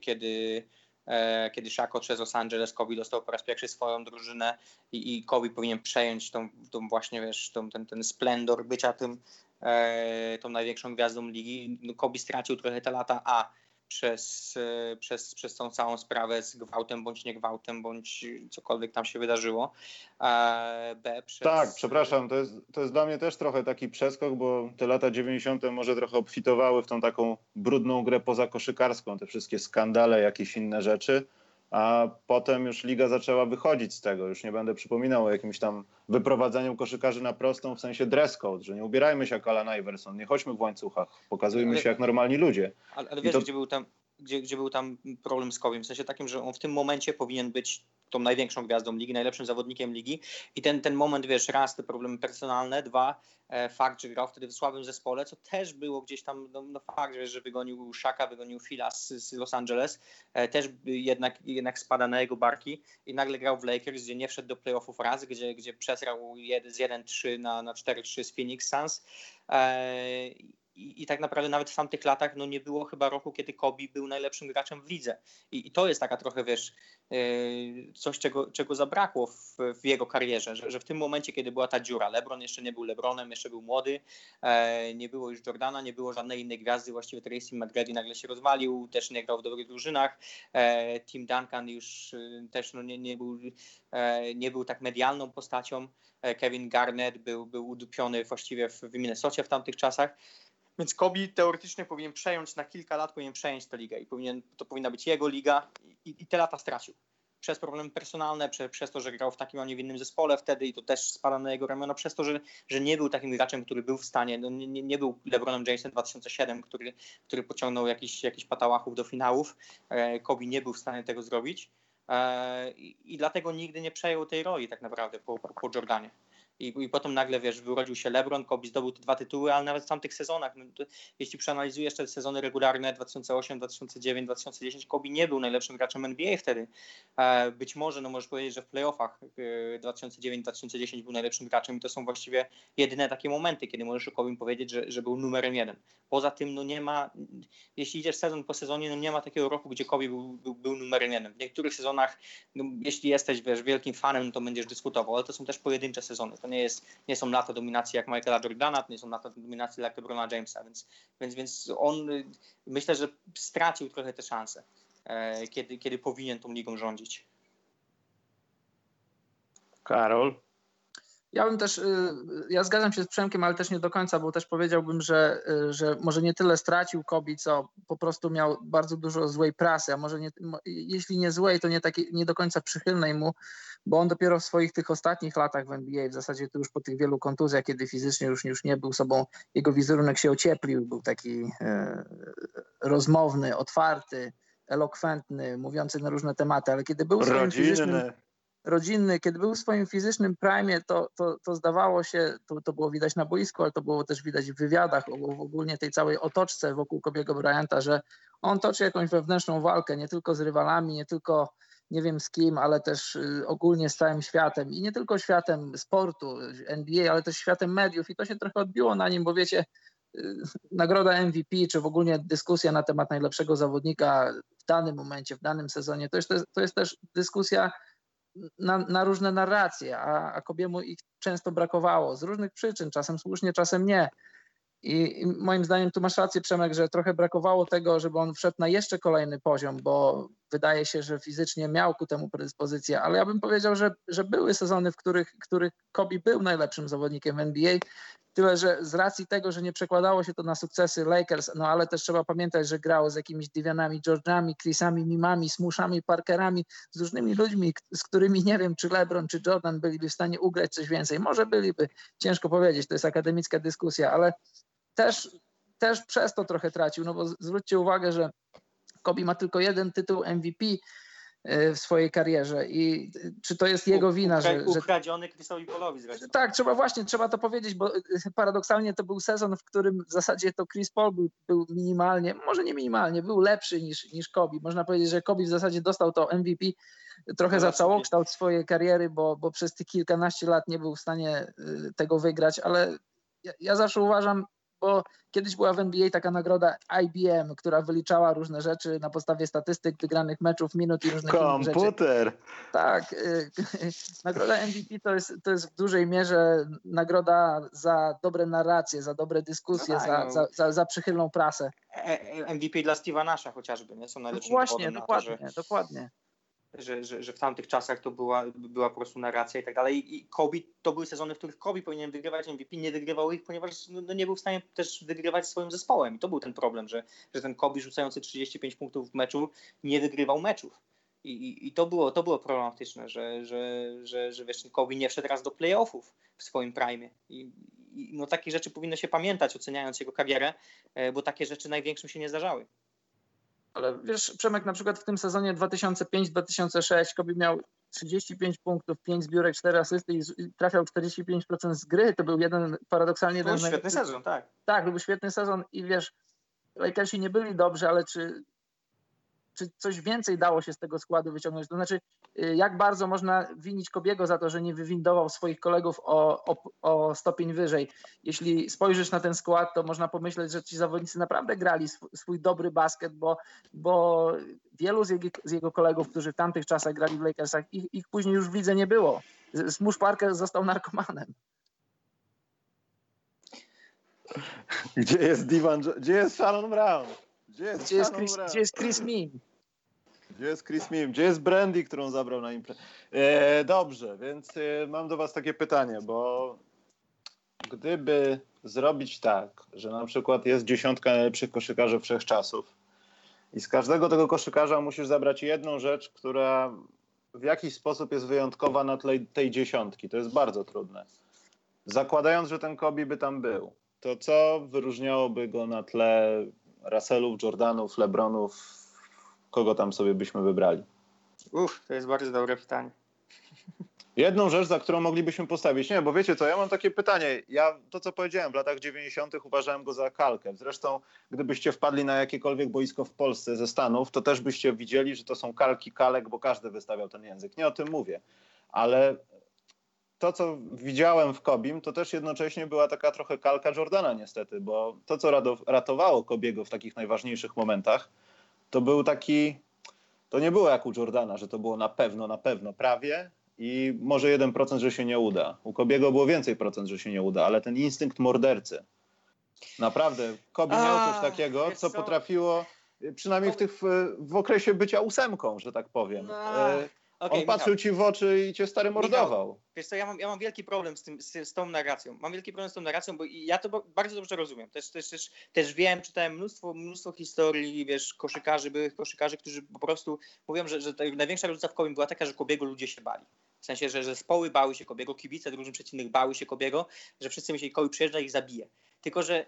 kiedy Shaq odszedł z Los Angeles, Kobe dostał po raz pierwszy swoją drużynę i Kobe powinien przejąć tą właśnie, wiesz, ten splendor bycia tą największą gwiazdą ligi. Kobe stracił trochę te lata przez tą całą sprawę z gwałtem bądź nie gwałtem, bądź cokolwiek tam się wydarzyło. Tak, przepraszam, to jest dla mnie też trochę taki przeskok, bo te lata 90. może trochę obfitowały w tą taką brudną grę pozakoszykarską, te wszystkie skandale, jakieś inne rzeczy, a potem już liga zaczęła wychodzić z tego. Już nie będę przypominał o jakimś tam wyprowadzaniu koszykarzy na prostą, w sensie dress code, że nie ubierajmy się jak Allen Iverson, nie chodźmy w łańcuchach, pokazujmy się jak normalni ludzie. Ale wiesz, gdzie był tam problem z Kobiem? W sensie takim, że on w tym momencie powinien być tą największą gwiazdą ligi, najlepszym zawodnikiem ligi i ten moment, wiesz, raz te problemy personalne, dwa fakt, że grał wtedy w słabym zespole, co też było gdzieś tam, fakt, że wygonił Shaka, wygonił Phila z Los Angeles, też jednak spada na jego barki i nagle grał w Lakers, gdzie nie wszedł do playoffów raz, gdzie przesrał z 1-3 na 4-3 z Phoenix Suns. I tak naprawdę nawet w tamtych latach nie było chyba roku, kiedy Kobe był najlepszym graczem w lidze. I to jest taka trochę, wiesz, coś, czego zabrakło w jego karierze, że w tym momencie, kiedy była ta dziura, LeBron jeszcze nie był LeBronem, jeszcze był młody, nie było już Jordana, nie było żadnej innej gwiazdy, właściwie Tracy McGrady nagle się rozwalił, też nie grał w dobrych drużynach, Tim Duncan już też nie był tak medialną postacią, Kevin Garnett był udupiony właściwie w Minnesocie w tamtych czasach. Więc Kobe teoretycznie powinien przejąć na kilka lat, tę ligę i to powinna być jego liga i te lata stracił. Przez problemy personalne, przez to, że grał w takim, a nie w innym zespole wtedy i to też spada na jego ramiona, przez to, że nie był takim graczem, który był w stanie, nie był LeBronem Jamesem 2007, który pociągnął jakiś patałachów do finałów. Kobe nie był w stanie tego zrobić i dlatego nigdy nie przejął tej roli tak naprawdę po Jordanie. I potem nagle, wiesz, urodził się LeBron, Kobe zdobył te 2 tytuły, ale nawet w tamtych sezonach, jeśli przeanalizujesz te sezony regularne 2008, 2009, 2010, Kobe nie był najlepszym graczem NBA wtedy. Być może, możesz powiedzieć, że w playoffach 2009-2010 był najlepszym graczem i to są właściwie jedyne takie momenty, kiedy możesz o Kobe powiedzieć, że był numerem 1. Poza tym, nie ma, jeśli idziesz sezon po sezonie, nie ma takiego roku, gdzie Kobe był numerem 1. W niektórych sezonach, jeśli jesteś, wiesz, wielkim fanem, to będziesz dyskutował, ale to są też pojedyncze sezony. To nie są lata dominacji jak Michaela Jordana, to nie są lata dominacji jak LeBrona Jamesa, więc on, myślę, że stracił trochę te szanse, kiedy powinien tą ligą rządzić. Karol? Ja bym też, ja zgadzam się z Przemkiem, ale też nie do końca, bo też powiedziałbym, że może nie tyle stracił Kobe, co po prostu miał bardzo dużo złej prasy, a może jeśli nie złej, to nie do końca przychylnej mu, bo on dopiero w swoich tych ostatnich latach w NBA, w zasadzie to już po tych wielu kontuzjach, kiedy fizycznie już nie był sobą, jego wizerunek się ocieplił, był taki rozmowny, otwarty, elokwentny, mówiący na różne tematy, ale kiedy był swoim fizycznym... rodzinny, kiedy był w swoim fizycznym prime, to zdawało się, to było widać na boisku, ale to było też widać w wywiadach, w ogólnie tej całej otoczce wokół Kobiego Bryanta, że on toczy jakąś wewnętrzną walkę, nie tylko z rywalami, nie tylko nie wiem z kim, ale też ogólnie z całym światem i nie tylko światem sportu, NBA, ale też światem mediów i to się trochę odbiło na nim, bo wiecie, nagroda MVP, czy w ogóle dyskusja na temat najlepszego zawodnika w danym momencie, w danym sezonie, to jest też dyskusja na różne narracje, a Kobiemu ich często brakowało z różnych przyczyn, czasem słusznie, czasem nie. I moim zdaniem tu masz rację, Przemek, że trochę brakowało tego, żeby on wszedł na jeszcze kolejny poziom, bo wydaje się, że fizycznie miał ku temu predyspozycję, ale ja bym powiedział, że były sezony, w których Kobe był najlepszym zawodnikiem w NBA, tyle, że z racji tego, że nie przekładało się to na sukcesy Lakers, no ale też trzeba pamiętać, że grał z jakimiś Davianami, George'ami, Chrisami, Mimami, Smushami, Parkerami, z różnymi ludźmi, z którymi nie wiem, czy LeBron, czy Jordan byliby w stanie ugrać coś więcej. Może byliby, ciężko powiedzieć, to jest akademicka dyskusja, ale też przez to trochę tracił, no bo zwróćcie uwagę, że Kobe ma tylko jeden tytuł MVP w swojej karierze i czy to jest jego wina, że... Ukradziony Chrisowi Paulowi zresztą. Tak, trzeba to powiedzieć, bo paradoksalnie to był sezon, w którym w zasadzie to Chris Paul był minimalnie, może nie minimalnie, był lepszy niż Kobe. Można powiedzieć, że Kobe w zasadzie dostał to MVP trochę za całokształt swojej kariery, bo przez tych kilkanaście lat nie był w stanie tego wygrać, ale ja zawsze uważam, bo kiedyś była w NBA taka nagroda IBM, która wyliczała różne rzeczy na podstawie statystyk, wygranych meczów, minut i różnych innych rzeczy. Komputer! Tak. Nagroda MVP to jest w dużej mierze nagroda za dobre narracje, za dobre dyskusje, za przychylną prasę. MVP dla Steve'a Nasha chociażby, nie? Są najlepszym Właśnie, dokładnie. Że w tamtych czasach to była po prostu narracja i tak dalej. I Kobe, to były sezony, w których Kobe powinien wygrywać MVP, nie wygrywał ich, ponieważ nie był w stanie też wygrywać swoim zespołem. I to był ten problem, że ten Kobe rzucający 35 punktów w meczu nie wygrywał meczów. I to było problematyczne, że wiesz, Kobe nie wszedł raz do playoffów w swoim prime. I no takie rzeczy powinno się pamiętać, oceniając jego karierę, bo takie rzeczy największym się nie zdarzały. Ale wiesz, Przemek, na przykład w tym sezonie 2005-2006 Kobe miał 35 punktów, 5 zbiórek, 4 asysty i trafiał 45% z gry. To był paradoksalnie To był świetny sezon, tak. Tak, to był świetny sezon i wiesz, Lakersi nie byli dobrzy, ale czy coś więcej dało się z tego składu wyciągnąć? To znaczy, jak bardzo można winić Kobiego za to, że nie wywindował swoich kolegów o stopień wyżej? Jeśli spojrzysz na ten skład, to można pomyśleć, że ci zawodnicy naprawdę grali swój dobry basket, bo wielu z jego kolegów, którzy w tamtych czasach grali w Lakersach, ich później już w lidze nie było. Smush Parker został narkomanem. Gdzie jest Shannon Brown? Gdzie jest Chris Mim? Gdzie jest Chris Mim? Gdzie jest Brandy, którą zabrał na imprezę? Dobrze, więc mam do was takie pytanie, bo gdyby zrobić tak, że na przykład jest 10 najlepszych koszykarzy wszechczasów i z każdego tego koszykarza musisz zabrać jedną rzecz, która w jakiś sposób jest wyjątkowa na tle tej 10, to jest bardzo trudne. Zakładając, że ten Kobe by tam był, to co wyróżniałoby go na tle Russellów, Jordanów, LeBronów, kogo tam sobie byśmy wybrali? To jest bardzo dobre pytanie. Jedną rzecz, za którą moglibyśmy postawić. Nie, bo wiecie co, ja mam takie pytanie. Ja to, co powiedziałem, w latach 90. uważałem go za kalkę. Zresztą, gdybyście wpadli na jakiekolwiek boisko w Polsce ze Stanów, to też byście widzieli, że to są kalki kalek, bo każdy wystawiał ten język. Nie o tym mówię. Ale to, co widziałem w Kobim, to też jednocześnie była taka trochę kalka Jordana niestety, bo to, co ratowało Kobiego w takich najważniejszych momentach, to był taki, to nie było jak u Jordana, że to było na pewno, prawie i może 1%, że się nie uda. U Kobiego było więcej procent, że się nie uda, ale ten instynkt mordercy. Naprawdę, Kobe miał coś takiego, co potrafiło, przynajmniej w okresie bycia 8, że tak powiem. On patrzył ci w oczy i cię stary mordował. Michał, wiesz co, ja mam wielki problem z tą narracją. Mam wielki problem z tą narracją, bo ja to bardzo dobrze rozumiem. Też wiem, czytałem mnóstwo historii, wiesz, byłych koszykarzy, którzy po prostu mówią, że największa różnica w Kobim była taka, że Kobiego ludzie się bali. W sensie, że zespoły bały się Kobiego, kibice drużyn przeciwnych bały się Kobiego, że wszyscy myśleli, Kobe przyjeżdża i ich zabije. Tylko, że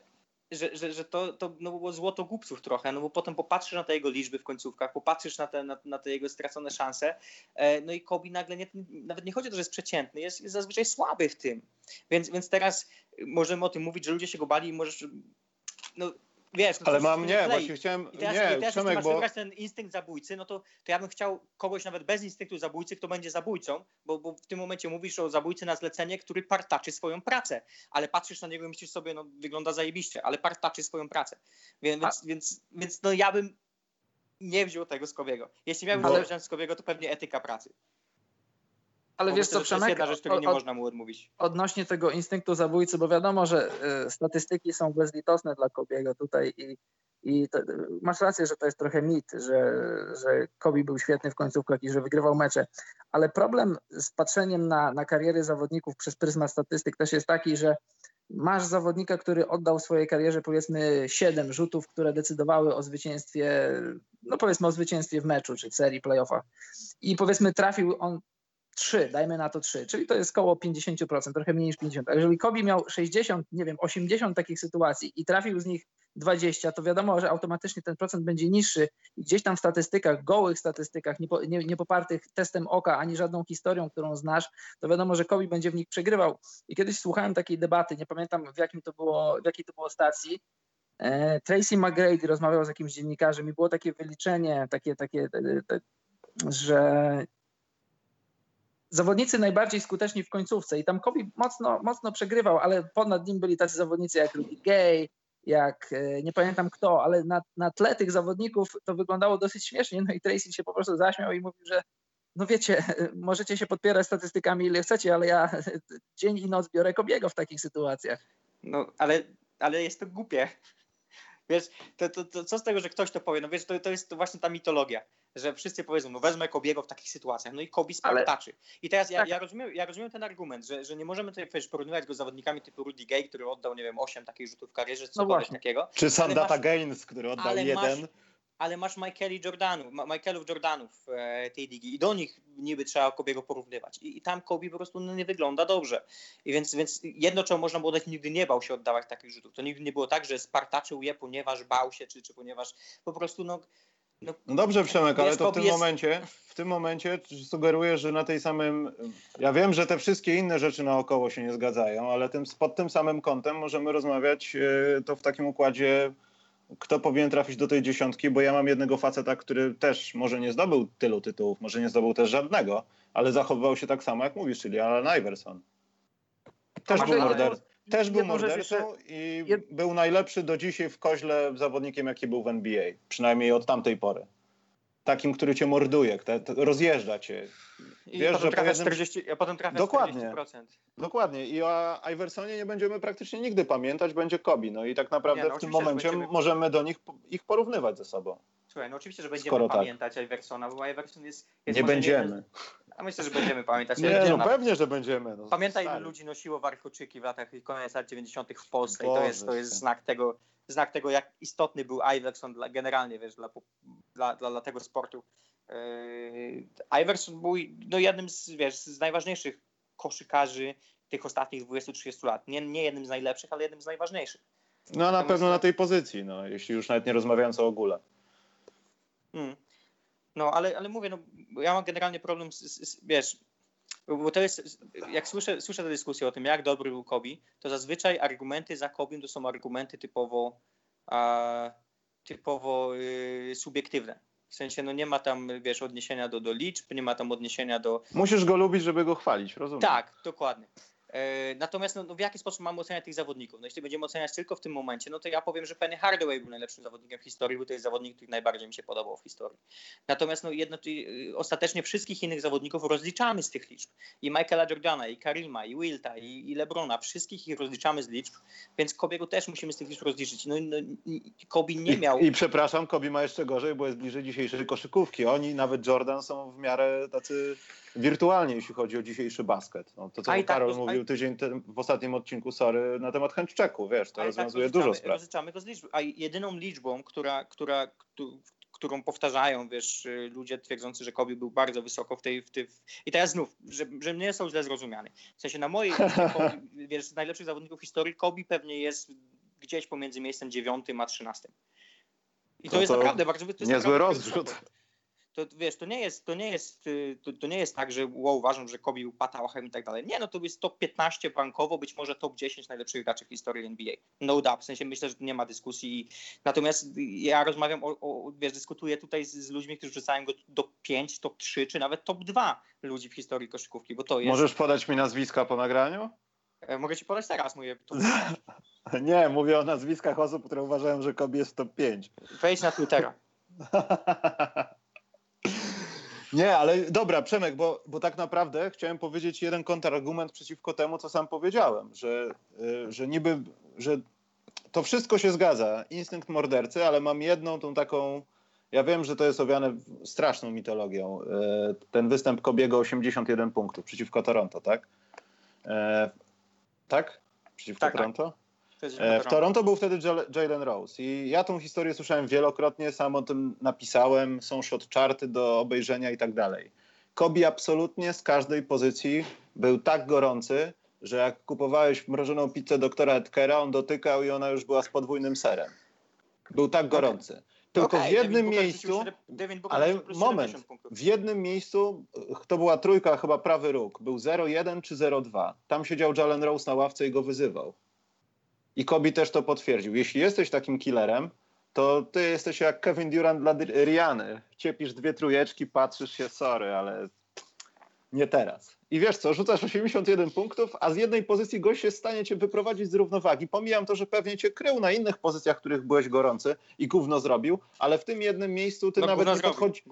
to było złoto głupców trochę, no bo potem popatrzysz na te jego liczby w końcówkach, popatrzysz na te jego stracone szanse, no i Kobe nagle nawet nie chodzi o to, że jest przeciętny, jest zazwyczaj słaby w tym. Więc teraz możemy o tym mówić, że ludzie się go bali i możesz... No, wiesz... No ale to mam, nie, klei. właśnie chciałem... I teraz, nie, jeśli Przemek, masz bo... wybrać ten instynkt zabójcy, no to ja bym chciał kogoś nawet bez instynktu zabójcy, kto będzie zabójcą, bo w tym momencie mówisz o zabójcy na zlecenie, który partaczy swoją pracę, ale patrzysz na niego i myślisz sobie, no wygląda zajebiście, ale partaczy swoją pracę. Więc no ja bym nie wziął tego Scobiego. Jeśli miałbym wziąć Scobiego, to pewnie etyka pracy. Ale bo wiesz co, to jest Przemek, jedna rzecz, której nie można mu odmówić. Odnośnie tego instynktu zabójcy, bo wiadomo, że statystyki są bezlitosne dla Kobiego tutaj i masz rację, że to jest trochę mit, że Kobe był świetny w końcówkach i że wygrywał mecze, ale problem z patrzeniem na kariery zawodników przez pryzmat statystyk też jest taki, że masz zawodnika, który oddał w swojej karierze powiedzmy 7 rzutów, które decydowały o zwycięstwie, no powiedzmy o zwycięstwie w meczu czy w serii playoffach i powiedzmy trafił on 3, dajmy na to 3, czyli to jest koło 50%, trochę mniej niż 50%. A jeżeli Kobe miał 60, nie wiem, 80 takich sytuacji i trafił z nich 20, to wiadomo, że automatycznie ten procent będzie niższy i gdzieś tam w statystykach, gołych statystykach, nie popartych testem oka, ani żadną historią, którą znasz, to wiadomo, że Kobe będzie w nich przegrywał. I kiedyś słuchałem takiej debaty, nie pamiętam w jakiej to było stacji, Tracy McGrady rozmawiał z jakimś dziennikarzem i było takie wyliczenie, że zawodnicy najbardziej skuteczni w końcówce i tam Kobe mocno przegrywał, ale ponad nim byli tacy zawodnicy jak Rudy Gay, jak nie pamiętam kto, ale na tle tych zawodników to wyglądało dosyć śmiesznie, no i Tracy się po prostu zaśmiał i mówił, że no wiecie, możecie się podpierać statystykami ile chcecie, ale ja dzień i noc biorę Kobiego w takich sytuacjach. No, ale jest to głupie. Wiesz, to co z tego, że ktoś to powie? No wiesz, to jest właśnie ta mitologia, że wszyscy powiedzą, no wezmę Kobiego w takich sytuacjach, no i Kobe spartaczy. I teraz ja rozumiem ten argument, że nie możemy tutaj porównywać go z zawodnikami typu Rudy Gay, który oddał, nie wiem, 8 takich rzutów w karierze, czy cokolwiek takiego. Czy Sandata Gaines, który oddał 1. Ale masz Michaelów Jordanów tej ligi i do nich niby trzeba Kobiego porównywać. I tam Kobe po prostu nie wygląda dobrze. I więc jedno, czego można było dać, nigdy nie bał się oddawać takich rzutów. To nigdy nie było tak, że spartaczył je, ponieważ bał się, czy ponieważ po prostu no dobrze, Przemek, ale to w tym momencie sugeruję, że na tej samym... Ja wiem, że te wszystkie inne rzeczy naokoło się nie zgadzają, ale pod tym samym kątem możemy rozmawiać to w takim układzie, kto powinien trafić do tej 10, bo ja mam jednego faceta, który też może nie zdobył tylu tytułów, może nie zdobył też żadnego, ale zachowywał się tak samo, jak mówisz, czyli Allen Iverson. Też był mordercą i był najlepszy do dzisiaj w koźle zawodnikiem, jaki był w NBA. Przynajmniej od tamtej pory. Takim, który cię morduje, rozjeżdża cię. I wiesz, potem trafia 40%. A potem trafia Dokładnie. 40%. Dokładnie. I o Iversonie nie będziemy praktycznie nigdy pamiętać, będzie Kobe. No i tak naprawdę w tym momencie możemy do ich porównywać ze sobą. Słuchaj, no oczywiście, że będziemy pamiętać Iversona, bo Iverson jest nie będziemy. A myślę, że będziemy pamiętać. Pewnie, że będziemy. No, pamiętaj, ilu ludzi nosiło warkoczyki w latach koniec lat 90. w Polsce. Boże, i to jest znak tego, jak istotny był Iverson generalnie, wiesz, dla tego sportu. Iverson był jednym z najważniejszych koszykarzy tych ostatnich 20-30 lat. Nie jednym z najlepszych, ale jednym z najważniejszych. No na pewno na tej pozycji, jeśli już nawet nie rozmawiając o ogóle. No, ale mówię, ja mam generalnie problem wiesz, bo to jest, jak słyszę tę dyskusję o tym, jak dobry był Kobe, to zazwyczaj argumenty za Kobe'em to są argumenty typowo subiektywne. W sensie, nie ma tam, wiesz, odniesienia do liczb, nie ma tam odniesienia do... Musisz go lubić, żeby go chwalić, rozumiem. Tak, dokładnie. Natomiast w jaki sposób mamy oceniać tych zawodników? Jeśli będziemy oceniać tylko w tym momencie, to ja powiem, że Penny Hardaway był najlepszym zawodnikiem w historii, bo to jest zawodnik, który najbardziej mi się podobał w historii. Natomiast ostatecznie wszystkich innych zawodników rozliczamy z tych liczb. I Michaela Jordana, i Karima, i Wilta, i LeBrona. Wszystkich ich rozliczamy z liczb, więc Kobiego też musimy z tych liczb rozliczyć. Kobe nie miał... I przepraszam, Kobe ma jeszcze gorzej, bo jest bliżej dzisiejszej koszykówki. Oni, nawet Jordan, są w miarę tacy wirtualni, jeśli chodzi o dzisiejszy basket. To, co Karol mówił tydzień w ostatnim odcinku, na temat handchecku, wiesz, to rozwiązuje dużo spraw. Rozliczamy go z liczby, a jedyną liczbą, którą powtarzają, wiesz, ludzie twierdzący, że Kobe był bardzo wysoko I teraz znów, że nie są źle zrozumiany. W sensie na mojej liście, wiesz, z najlepszych zawodników historii, Kobe pewnie jest gdzieś pomiędzy miejscem 9 a 13. I to jest naprawdę bardzo... Niezły rozrzut. to wiesz, to nie jest tak, że uważam, że Kobe był patałachem i tak dalej. Nie, no to jest top 15 bankowo, być może top 10 najlepszych graczy w historii NBA. No doubt, w sensie myślę, że nie ma dyskusji. Natomiast ja rozmawiam wiesz, dyskutuję tutaj z ludźmi, którzy wrzucają go do 5, top 3, czy nawet top 2 ludzi w historii koszykówki, bo to jest... Możesz podać mi nazwiska po nagraniu? Mogę ci podać teraz moje top Nie, mówię o nazwiskach osób, które uważają, że Kobe jest w top 5. Wejdź na Twittera. Nie, ale dobra, Przemek, bo tak naprawdę chciałem powiedzieć jeden kontrargument przeciwko temu, co sam powiedziałem, że niby, że to wszystko się zgadza, instynkt mordercy, ale mam jedną tą taką, ja wiem, że to jest owiane straszną mitologią, ten występ Kobiego 81 punktów przeciwko Toronto, tak? Tak? Przeciwko Toronto? Tak. W Toronto był wtedy Jalen Rose i ja tą historię słyszałem wielokrotnie, sam o tym napisałem, są shot charty do obejrzenia i tak dalej. Kobe absolutnie z każdej pozycji był tak gorący, że jak kupowałeś mrożoną pizzę doktora Edkera, on dotykał i ona już była z podwójnym serem. Był tak gorący. Tylko w jednym miejscu, ale moment, w jednym miejscu, to była trójka, chyba prawy róg, był 0-1 czy 0-2. Tam siedział Jalen Rose na ławce i go wyzywał. I Kobe też to potwierdził. Jeśli jesteś takim killerem, to ty jesteś jak Kevin Durant dla Riany. Ciepisz 2 trójeczki, patrzysz się, sorry, ale nie teraz. I wiesz co, rzucasz 81 punktów, a z jednej pozycji gość jest w stanie cię wyprowadzić z równowagi. Pomijam to, że pewnie cię krył na innych pozycjach, w których byłeś gorący i gówno zrobił, ale w tym jednym miejscu ty nawet nie podchodziłeś.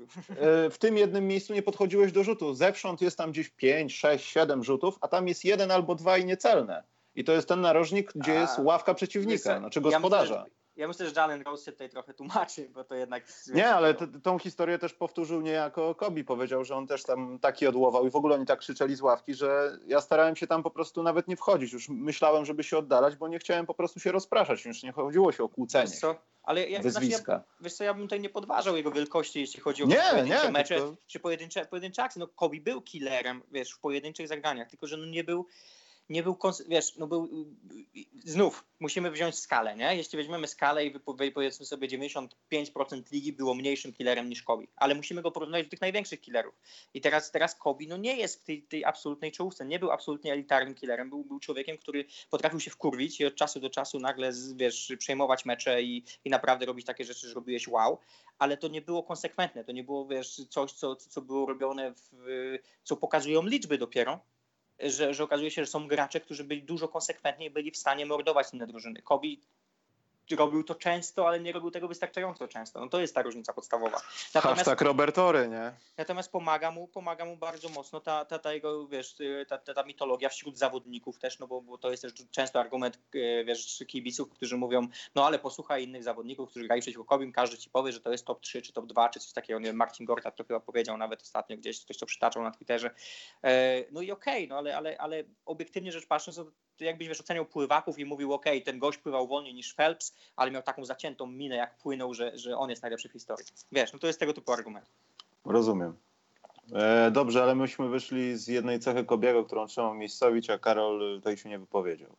W tym jednym miejscu nie podchodziłeś do rzutu. Zewsząd jest tam gdzieś 5, 6, 7 rzutów, a tam jest 1 albo 2 i niecelne. I to jest ten narożnik, gdzie jest ławka przeciwnika, znaczy gospodarza. Ja myślę, że Jalen Rose się tutaj trochę tłumaczy, bo to jednak... Nie, ale tą historię też powtórzył niejako Kobe. Powiedział, że on też tam taki odłował i w ogóle oni tak krzyczeli z ławki, że ja starałem się tam po prostu nawet nie wchodzić. Już myślałem, żeby się oddalać, bo nie chciałem po prostu się rozpraszać. Już nie chodziło się o kłócenie. Ale wyzwiska. Wiesz co, ja bym tutaj nie podważał jego wielkości, jeśli chodzi o pojedyncze mecze, czy pojedyncze akcje. No Kobe był killerem, wiesz, w pojedynczych zagraniach, tylko że no nie był, wiesz, no był, znów musimy wziąć skalę, nie? Jeśli weźmiemy skalę i powiedzmy sobie 95% ligi było mniejszym killerem niż Kobe, ale musimy go porównać do tych największych killerów. I teraz Kobe no nie jest w tej absolutnej czołówce, nie był absolutnie elitarnym killerem, był człowiekiem, który potrafił się wkurwić i od czasu do czasu nagle, wiesz, przejmować mecze i naprawdę robić takie rzeczy, że robiłeś wow, ale to nie było konsekwentne, to nie było, wiesz, coś, co było robione, co pokazują liczby dopiero, że okazuje się, że są gracze, którzy byli dużo konsekwentniej, byli w stanie mordować inne drużyny. Kobe robił to często, ale nie robił tego wystarczająco często. No to jest ta różnica podstawowa. Hashtag Robertory, nie? Natomiast pomaga mu bardzo mocno ta jego, wiesz, ta mitologia wśród zawodników też, no bo to jest też często argument, wiesz, kibiców, którzy mówią, no ale posłuchaj innych zawodników, którzy grali przeciwko Kobim, każdy ci powie, że to jest top 3 czy top 2, czy coś takiego. Nie wiem, Marcin Gortat to chyba powiedział nawet ostatnio gdzieś, ktoś to przytaczał na Twitterze. No i okej, no ale obiektywnie rzecz patrząc, to jakbyś, wiesz, oceniał pływaków i mówił, okej, ten gość pływał wolniej niż Phelps, ale miał taką zaciętą minę, jak płynął, że on jest najlepszy w historii. Wiesz, no to jest tego typu argument. Rozumiem. Dobrze, ale myśmy wyszli z jednej cechy Kobiego, którą trzeba umiejscowić, a Karol tutaj się nie wypowiedział.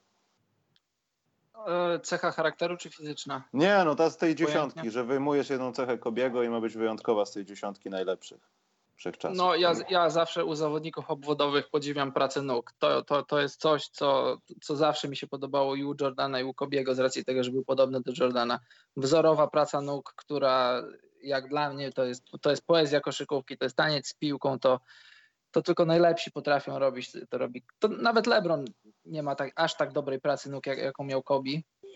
Cecha charakteru czy fizyczna? Nie, no ta z tej dziesiątki, że wyjmujesz jedną cechę Kobiego i ma być wyjątkowa z tej dziesiątki najlepszych wszechczasów. No ja zawsze u zawodników obwodowych podziwiam pracę nóg. To jest coś, co zawsze mi się podobało i u Jordana, i u Kobiego z racji tego, że był podobny do Jordana. Wzorowa praca nóg, która jak dla mnie to jest poezja koszykówki, to jest taniec z piłką, to tylko najlepsi potrafią robić. To nawet LeBron nie ma aż tak dobrej pracy nóg, jaką miał Kobe.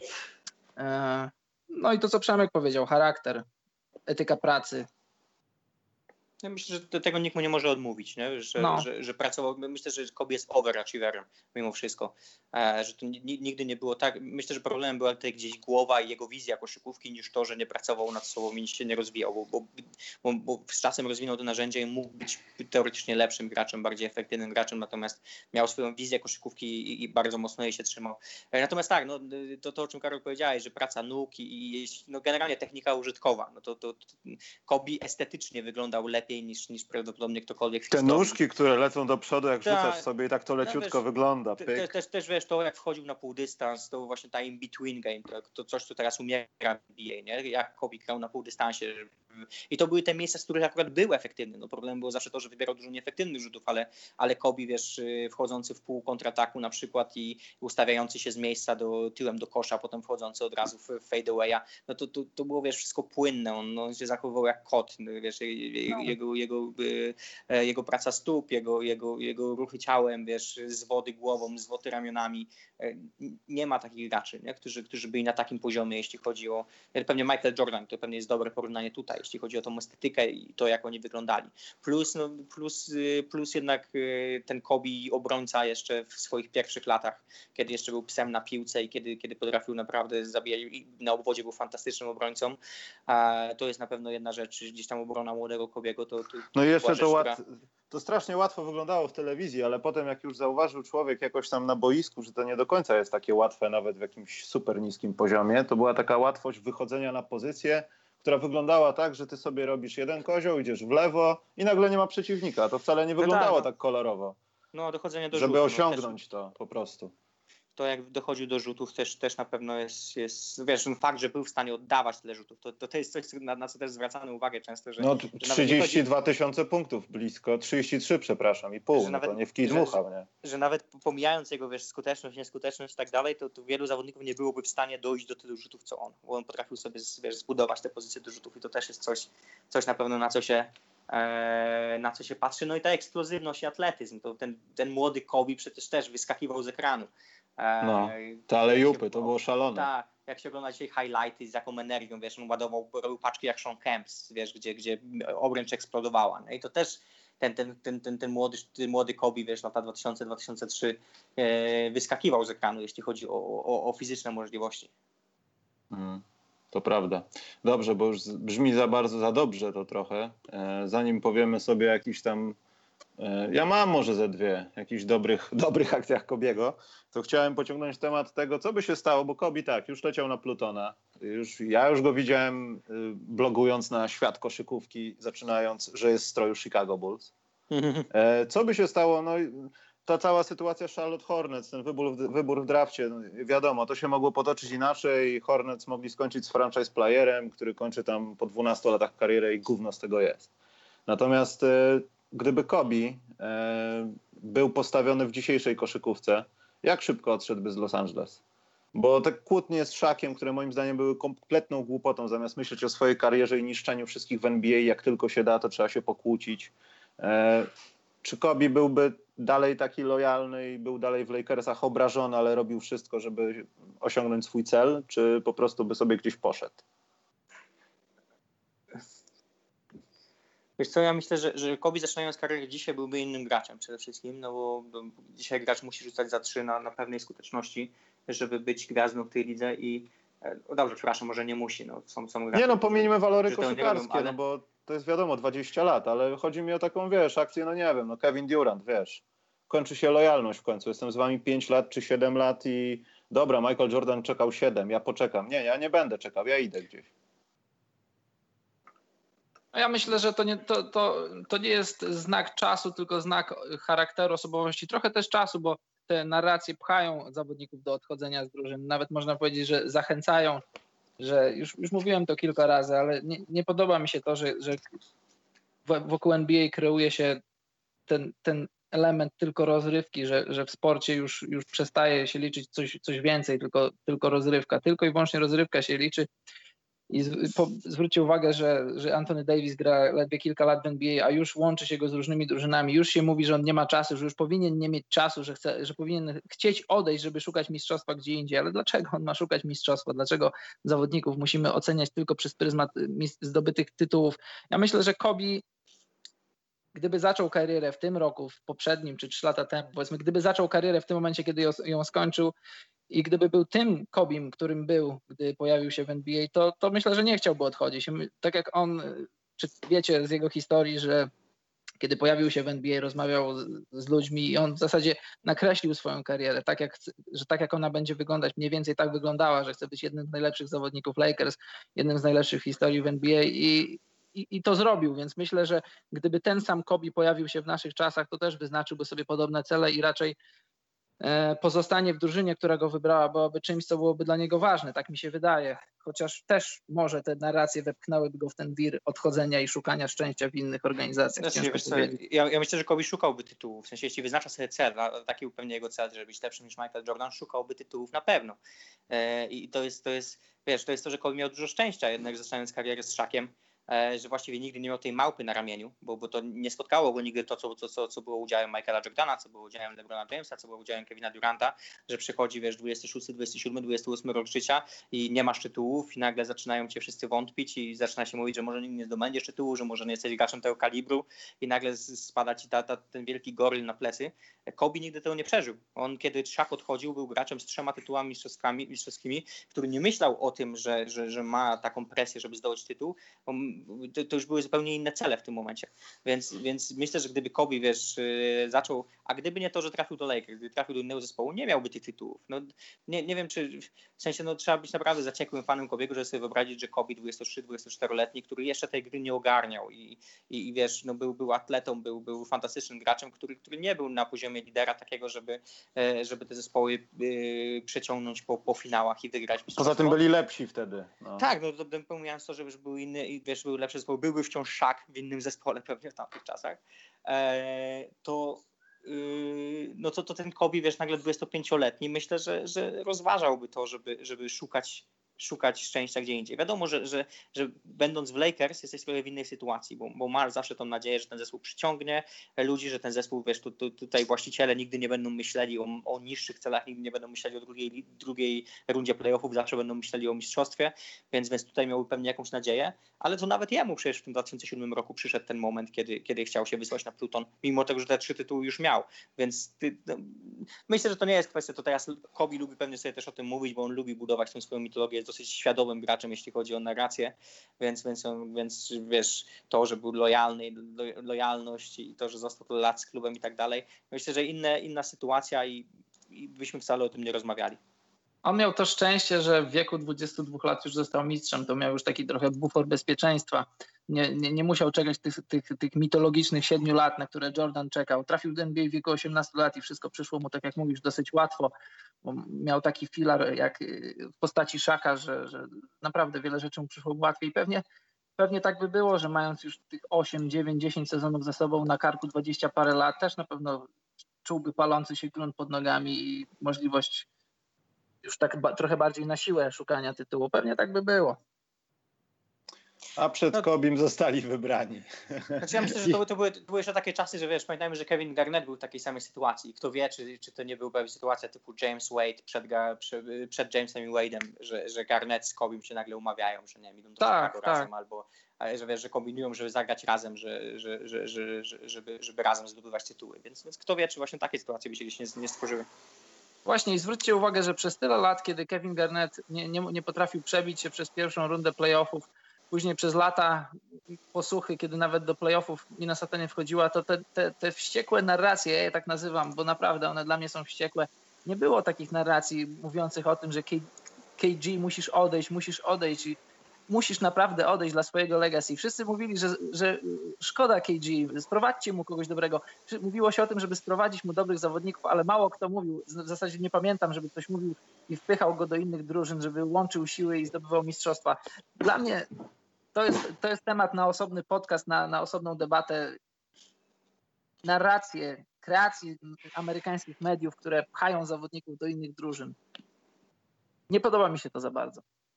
No i to, co Przemek powiedział, charakter, etyka pracy. Ja myślę, że tego nikt mu nie może odmówić, nie? Że pracował. Myślę, że Kobe jest overachieverem mimo wszystko. Że to nigdy nie było tak. Myślę, że problemem była tutaj gdzieś głowa i jego wizja koszykówki niż to, że nie pracował nad sobą i się nie rozwijał, bo z czasem rozwinął to narzędzie i mógł być teoretycznie lepszym graczem, bardziej efektywnym graczem, natomiast miał swoją wizję koszykówki i bardzo mocno jej się trzymał. Natomiast tak, no, to o czym Karol powiedziałeś, że praca nóg i no, generalnie technika użytkowa, no to Kobe estetycznie wyglądał lepiej niż prawdopodobnie ktokolwiek w te historii. nóżki, które lecą do przodu, jak rzucasz sobie i tak to leciutko wygląda. Też wiesz, to jak wchodził na półdystans, to właśnie ta in-between game, to coś, co teraz umiera w NBA, nie? Jak Kobe grał na półdystansie, I to były te miejsca, z których akurat był efektywny. No problem było zawsze to, że wybierał dużo nieefektywnych rzutów, ale Kobe, wiesz, wchodzący w pół kontrataku na przykład i ustawiający się z miejsca tyłem do kosza, potem wchodzący od razu w fadeawaya, no to było, wiesz, wszystko płynne. On się zachowywał jak kot, wiesz, jego praca stóp, jego ruchy ciałem, wiesz, zwody głową, zwody ramionami. Nie ma takich graczy, nie? Którzy byli na takim poziomie, jeśli chodzi o... Pewnie Michael Jordan, to pewnie jest dobre porównanie tutaj, jeśli chodzi o tą estetykę i to, jak oni wyglądali. Plus jednak ten Kobe obrońca jeszcze w swoich pierwszych latach, kiedy jeszcze był psem na piłce i kiedy potrafił naprawdę zabijać i na obwodzie był fantastycznym obrońcą. To jest na pewno jedna rzecz, gdzieś tam obrona młodego Kobiego. No i jeszcze to strasznie łatwo wyglądało w telewizji, ale potem jak już zauważył człowiek jakoś tam na boisku, że to nie do końca jest takie łatwe nawet w jakimś super niskim poziomie, to była taka łatwość wychodzenia na pozycję, która wyglądała tak, że ty sobie robisz jeden kozioł, idziesz w lewo i nagle nie ma przeciwnika. To wcale nie wyglądało tak kolorowo. No, dochodzenie do żeby rzutu, osiągnąć to po prostu. To jak dochodził do rzutów też na pewno jest wiesz, ten fakt, że był w stanie oddawać tyle rzutów, to jest coś, na co też zwracamy uwagę często, że... No 32 tysiące punktów blisko, 33 przepraszam i pół, nawet, to nie w kij dmuchał, nie? Że nawet pomijając jego, wiesz, skuteczność, nieskuteczność i tak dalej, to wielu zawodników nie byłoby w stanie dojść do tylu rzutów, co on, bo on potrafił sobie, wiesz, zbudować te pozycje do rzutów i to też jest coś na pewno, na co się patrzy. No i ta eksplozywność i atletyzm, to ten młody Kobe przecież też wyskakiwał z ekranu. No, te alejupy, to było szalone. Tak, jak się ogląda dzisiaj highlighty z jaką energią, wiesz, on robił paczki jak Sean Kemps, wiesz, gdzie obręcz eksplodowała. No i to też ten młody Kobe, wiesz, lata 2000-2003 wyskakiwał z ekranu, jeśli chodzi o fizyczne możliwości. To prawda. Dobrze, bo już brzmi za dobrze to trochę. Zanim powiemy sobie jakiś tam... Ja mam może ze dwie jakichś dobrych akcjach Kobiego, to chciałem pociągnąć temat tego, co by się stało, bo Kobe tak, już leciał na Plutona. Ja już go widziałem blogując na świat koszykówki, zaczynając, że jest w stroju Chicago Bulls. Co by się stało? No, ta cała sytuacja Charlotte Hornets, ten wybór w drafcie, no, wiadomo, to się mogło potoczyć inaczej. Hornets mogli skończyć z franchise playerem, który kończy tam po 12 latach kariery i gówno z tego jest. Natomiast gdyby Kobe był postawiony w dzisiejszej koszykówce, jak szybko odszedłby z Los Angeles? Bo te kłótnie z Shaquem, które moim zdaniem były kompletną głupotą, zamiast myśleć o swojej karierze i niszczeniu wszystkich w NBA, jak tylko się da, to trzeba się pokłócić. Czy Kobe byłby dalej taki lojalny i był dalej w Lakersach obrażony, ale robił wszystko, żeby osiągnąć swój cel, czy po prostu by sobie gdzieś poszedł? Wiesz co, ja myślę, że Kobe zaczynając karierę dzisiaj byłby innym graczem przede wszystkim, no bo dzisiaj gracz musi rzucać za 3 na pewnej skuteczności, żeby być gwiazdą w tej lidze i dobrze, przepraszam, może nie musi, no są gracze. Nie no, pomieńmy walory koszykarskie, robią, ale... no bo to jest wiadomo, 20 lat, ale chodzi mi o taką, wiesz, akcję, no nie wiem, no Kevin Durant, wiesz, kończy się lojalność w końcu, jestem z wami 5 lat czy 7 lat i dobra, Michael Jordan czekał 7, ja poczekam. Nie, ja nie będę czekał, ja idę gdzieś. Ja myślę, że to nie jest znak czasu, tylko znak charakteru, osobowości. Trochę też czasu, bo te narracje pchają zawodników do odchodzenia z drużyn. Nawet można powiedzieć, że zachęcają, że już mówiłem to kilka razy, ale nie podoba mi się to, że wokół NBA kreuje się ten element tylko rozrywki, że w sporcie już przestaje się liczyć coś więcej, tylko rozrywka. Tylko i wyłącznie rozrywka się liczy. I zwróćcie uwagę, że Anthony Davis gra ledwie kilka lat w NBA, a już łączy się go z różnymi drużynami. Już się mówi, że on nie ma czasu, że już powinien nie mieć czasu, że powinien chcieć odejść, żeby szukać mistrzostwa gdzie indziej. Ale dlaczego on ma szukać mistrzostwa? Dlaczego zawodników musimy oceniać tylko przez pryzmat zdobytych tytułów? Ja myślę, że Kobe, gdyby zaczął karierę w tym roku, w poprzednim czy 3 lata temu, powiedzmy, gdyby zaczął karierę w tym momencie, kiedy ją skończył, i gdyby był tym Kobim, którym był, gdy pojawił się w NBA, to myślę, że nie chciałby odchodzić. Tak jak on, czy wiecie z jego historii, że kiedy pojawił się w NBA, rozmawiał z ludźmi i on w zasadzie nakreślił swoją karierę, tak jak ona będzie wyglądać, mniej więcej tak wyglądała, że chce być jednym z najlepszych zawodników Lakers, jednym z najlepszych w historii w NBA i to zrobił, więc myślę, że gdyby ten sam Kobe pojawił się w naszych czasach, to też wyznaczyłby sobie podobne cele i raczej pozostanie w drużynie, która go wybrała, byłoby czymś, co byłoby dla niego ważne, tak mi się wydaje. Chociaż też może te narracje wepchnęłyby go w ten wir odchodzenia i szukania szczęścia w innych organizacjach. Znaczy, wiesz co, ja myślę, że Kobe szukałby tytułów. W sensie, jeśli wyznacza sobie cel, a taki był pewnie jego cel, żeby być lepszym niż Michael Jordan, szukałby tytułów na pewno. I to jest, wiesz, to jest to, że Kobe miał dużo szczęścia jednak zaczynając karierę z Shaqiem, że właściwie nigdy nie miał tej małpy na ramieniu, bo to nie spotkało go nigdy to, co było udziałem Michaela Jordana, co było udziałem LeBrona Jamesa, co było udziałem Kevina Duranta, że przychodzi, wiesz, 26, 27, 28 rok życia i nie masz tytułów i nagle zaczynają cię wszyscy wątpić i zaczyna się mówić, że może nigdy nie zdobędziesz tytułu, że może nie jesteś graczem tego kalibru i nagle spada ci ten wielki goryl na plecy. Kobe nigdy tego nie przeżył. On, kiedy Shaq odchodził, był graczem z 3 tytułami mistrzowskimi, który nie myślał o tym, że ma taką presję, żeby zdobyć tytuł. To już były zupełnie inne cele w tym momencie. Więc myślę, że gdyby Kobe, wiesz, zaczął, a gdyby nie to, że trafił do Lakers, gdyby trafił do innego zespołu, nie miałby tych tytułów. No, nie wiem, czy w sensie trzeba być naprawdę zaciekłym fanem Kobiego, żeby sobie wyobrazić, że Kobe 23-24-letni, który jeszcze tej gry nie ogarniał i wiesz, no był atletą, był fantastycznym graczem, który nie był na poziomie lidera takiego, żeby te zespoły przeciągnąć po finałach i wygrać. Poza tym byli lepsi wtedy. No. Tak, no to pomijając to, że już był inny i wiesz, był lepszy zespoł, byłby wciąż Shaq w innym zespole pewnie w tamtych czasach, no to ten Kobe, wiesz, nagle 25-letni, myślę, że rozważałby to, żeby szukać szczęścia gdzie indziej. Wiadomo, że będąc w Lakers jesteś trochę w innej sytuacji, bo masz zawsze tą nadzieję, że ten zespół przyciągnie ludzi, że ten zespół, wiesz, tutaj właściciele nigdy nie będą myśleli o niższych celach, nigdy nie będą myśleli o drugiej rundzie playoffów, zawsze będą myśleli o mistrzostwie, więc tutaj miałby pewnie jakąś nadzieję, ale to nawet jemu przecież w tym 2007 roku przyszedł ten moment, kiedy chciał się wysłać na Pluton, mimo tego, że te 3 tytuły już miał, więc myślę, że to nie jest kwestia, to teraz Kobe lubi pewnie sobie też o tym mówić, bo on lubi budować tą swoją mitologię, jest dosyć świadomym graczem, jeśli chodzi o narrację, więc wiesz, to, że był lojalność i to, że został tyle lat z klubem i tak dalej, myślę, że inna sytuacja i byśmy wcale o tym nie rozmawiali. On miał to szczęście, że w wieku 22 lat już został mistrzem, to miał już taki trochę bufor bezpieczeństwa. Nie musiał czekać tych mitologicznych 7 lat, na które Jordan czekał. Trafił do NBA w wieku 18 lat i wszystko przyszło mu, tak jak mówisz, dosyć łatwo. Bo miał taki filar jak w postaci Shaka, że naprawdę wiele rzeczy mu przyszło łatwiej. Pewnie tak by było, że mając już tych 8, 9, 10 sezonów za sobą, na karku 20 parę lat, też na pewno czułby palący się grunt pod nogami i możliwość już tak trochę bardziej na siłę szukania tytułu. Pewnie tak by było. A przed Kobim zostali wybrani. Znaczy ja myślę, że to były jeszcze takie czasy, że wiesz, pamiętajmy, że Kevin Garnett był w takiej samej sytuacji. Kto wie, czy to nie była sytuacja typu James Wade przed Jamesem i Wade'em, że Garnett z Kobim się nagle umawiają, że nie wiem, idą do Chicago razem, albo że wiesz, że kombinują, żeby zagrać razem, żeby razem zdobywać tytuły. Więc kto wie, czy właśnie takie sytuacje by się gdzieś nie stworzyły. Właśnie i zwróćcie uwagę, że przez tyle lat, kiedy Kevin Garnett nie potrafił przebić się przez pierwszą rundę playoffów, później przez lata posuchy, kiedy nawet do playoffów Minnesota nie wchodziła, to te wściekłe narracje, ja je tak nazywam, bo naprawdę one dla mnie są wściekłe. Nie było takich narracji mówiących o tym, że KG musisz odejść i musisz naprawdę odejść dla swojego legacy. Wszyscy mówili, że szkoda KG, sprowadźcie mu kogoś dobrego. Mówiło się o tym, żeby sprowadzić mu dobrych zawodników, ale mało kto mówił, w zasadzie nie pamiętam, żeby ktoś mówił i wpychał go do innych drużyn, żeby łączył siły i zdobywał mistrzostwa. Dla mnie to jest temat na osobny podcast, na osobną debatę. Narracje, kreacji amerykańskich mediów, które pchają zawodników do innych drużyn. Nie podoba mi się to za bardzo.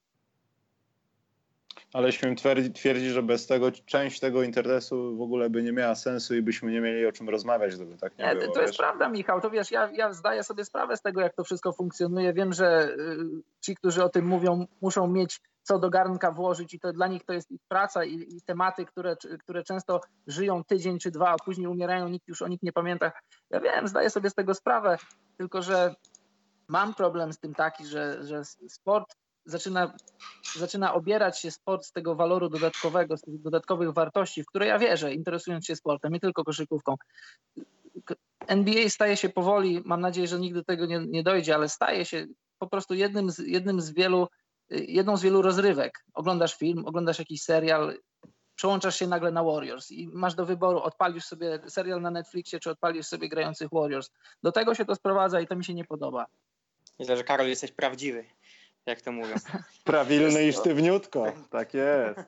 Ale śmiem twierdzić, że bez tego część tego interesu w ogóle by nie miała sensu i byśmy nie mieli o czym rozmawiać, gdyby tak nie było. To jest prawda, Michał. To wiesz, ja zdaję sobie sprawę z tego, jak to wszystko funkcjonuje. Wiem, że ci, którzy o tym mówią, muszą mieć co do garnka włożyć i to dla nich to jest ich praca i tematy, które często żyją tydzień czy dwa, a później umierają, nikt już o nich nie pamięta. Ja wiem, zdaję sobie z tego sprawę, tylko że mam problem z tym taki, że sport zaczyna obierać się sport z tego waloru dodatkowego, z tych dodatkowych wartości, w które ja wierzę, interesując się sportem, nie tylko koszykówką. NBA staje się powoli, mam nadzieję, że nigdy do tego nie dojdzie, ale staje się po prostu jedną z wielu rozrywek. Oglądasz film, oglądasz jakiś serial przełączasz się nagle na Warriors i masz do wyboru, odpalisz sobie serial na Netflixie, czy odpalisz sobie grających Warriors. Do tego się to sprowadza i to mi się nie podoba. Myślę, że Karol, jesteś prawdziwy, jak to mówią. Prawilny i sztywniutko, tak jest.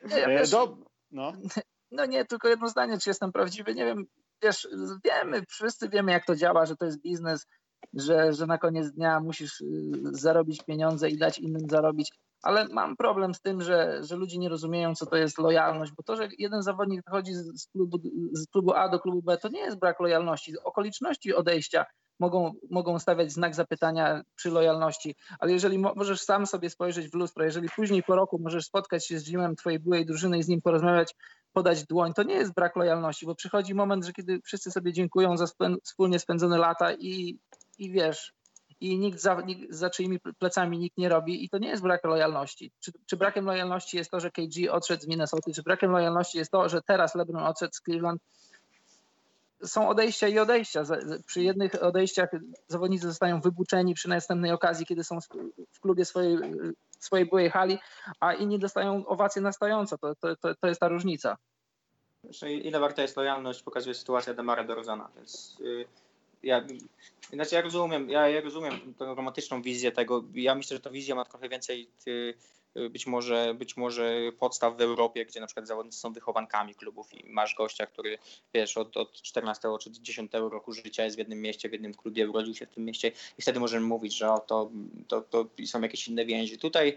No nie, tylko jedno zdanie, czy jestem prawdziwy, nie wiem, wiesz, wszyscy wiemy, jak to działa, że to jest biznes, że na koniec dnia musisz zarobić pieniądze i dać innym zarobić, ale mam problem z tym, że ludzie nie rozumieją, co to jest lojalność, bo to, że jeden zawodnik wychodzi z klubu A do klubu B, to nie jest brak lojalności. Okoliczności odejścia mogą stawiać znak zapytania przy lojalności, ale jeżeli możesz sam sobie spojrzeć w lustro, jeżeli później po roku możesz spotkać się z Jimem twojej byłej drużyny i z nim porozmawiać, podać dłoń, to nie jest brak lojalności, bo przychodzi moment, że kiedy wszyscy sobie dziękują za wspólnie spędzone lata i wiesz, i nikt za czyimi plecami nikt nie robi i to nie jest brak lojalności. Czy brakiem lojalności jest to, że KG odszedł z Minnesoty, czy brakiem lojalności jest to, że teraz LeBron odszedł z Cleveland? Są odejścia i odejścia. Przy jednych odejściach zawodnicy zostają wybuczeni przy następnej okazji, kiedy są w klubie swojej byłej hali, a inni dostają owację na stojąco. To jest ta różnica. Ile warta jest lojalność, pokazuje sytuacja Demara DeRozana, więc ja rozumiem tę romantyczną wizję tego. Ja myślę, że ta wizja ma trochę więcej być może podstaw w Europie, gdzie na przykład zawodnicy są wychowankami klubów i masz gościa, który wiesz, od 14 czy 10 roku życia jest w jednym mieście, w jednym klubie, urodził się w tym mieście i wtedy możemy mówić, że to są jakieś inne więzi. Tutaj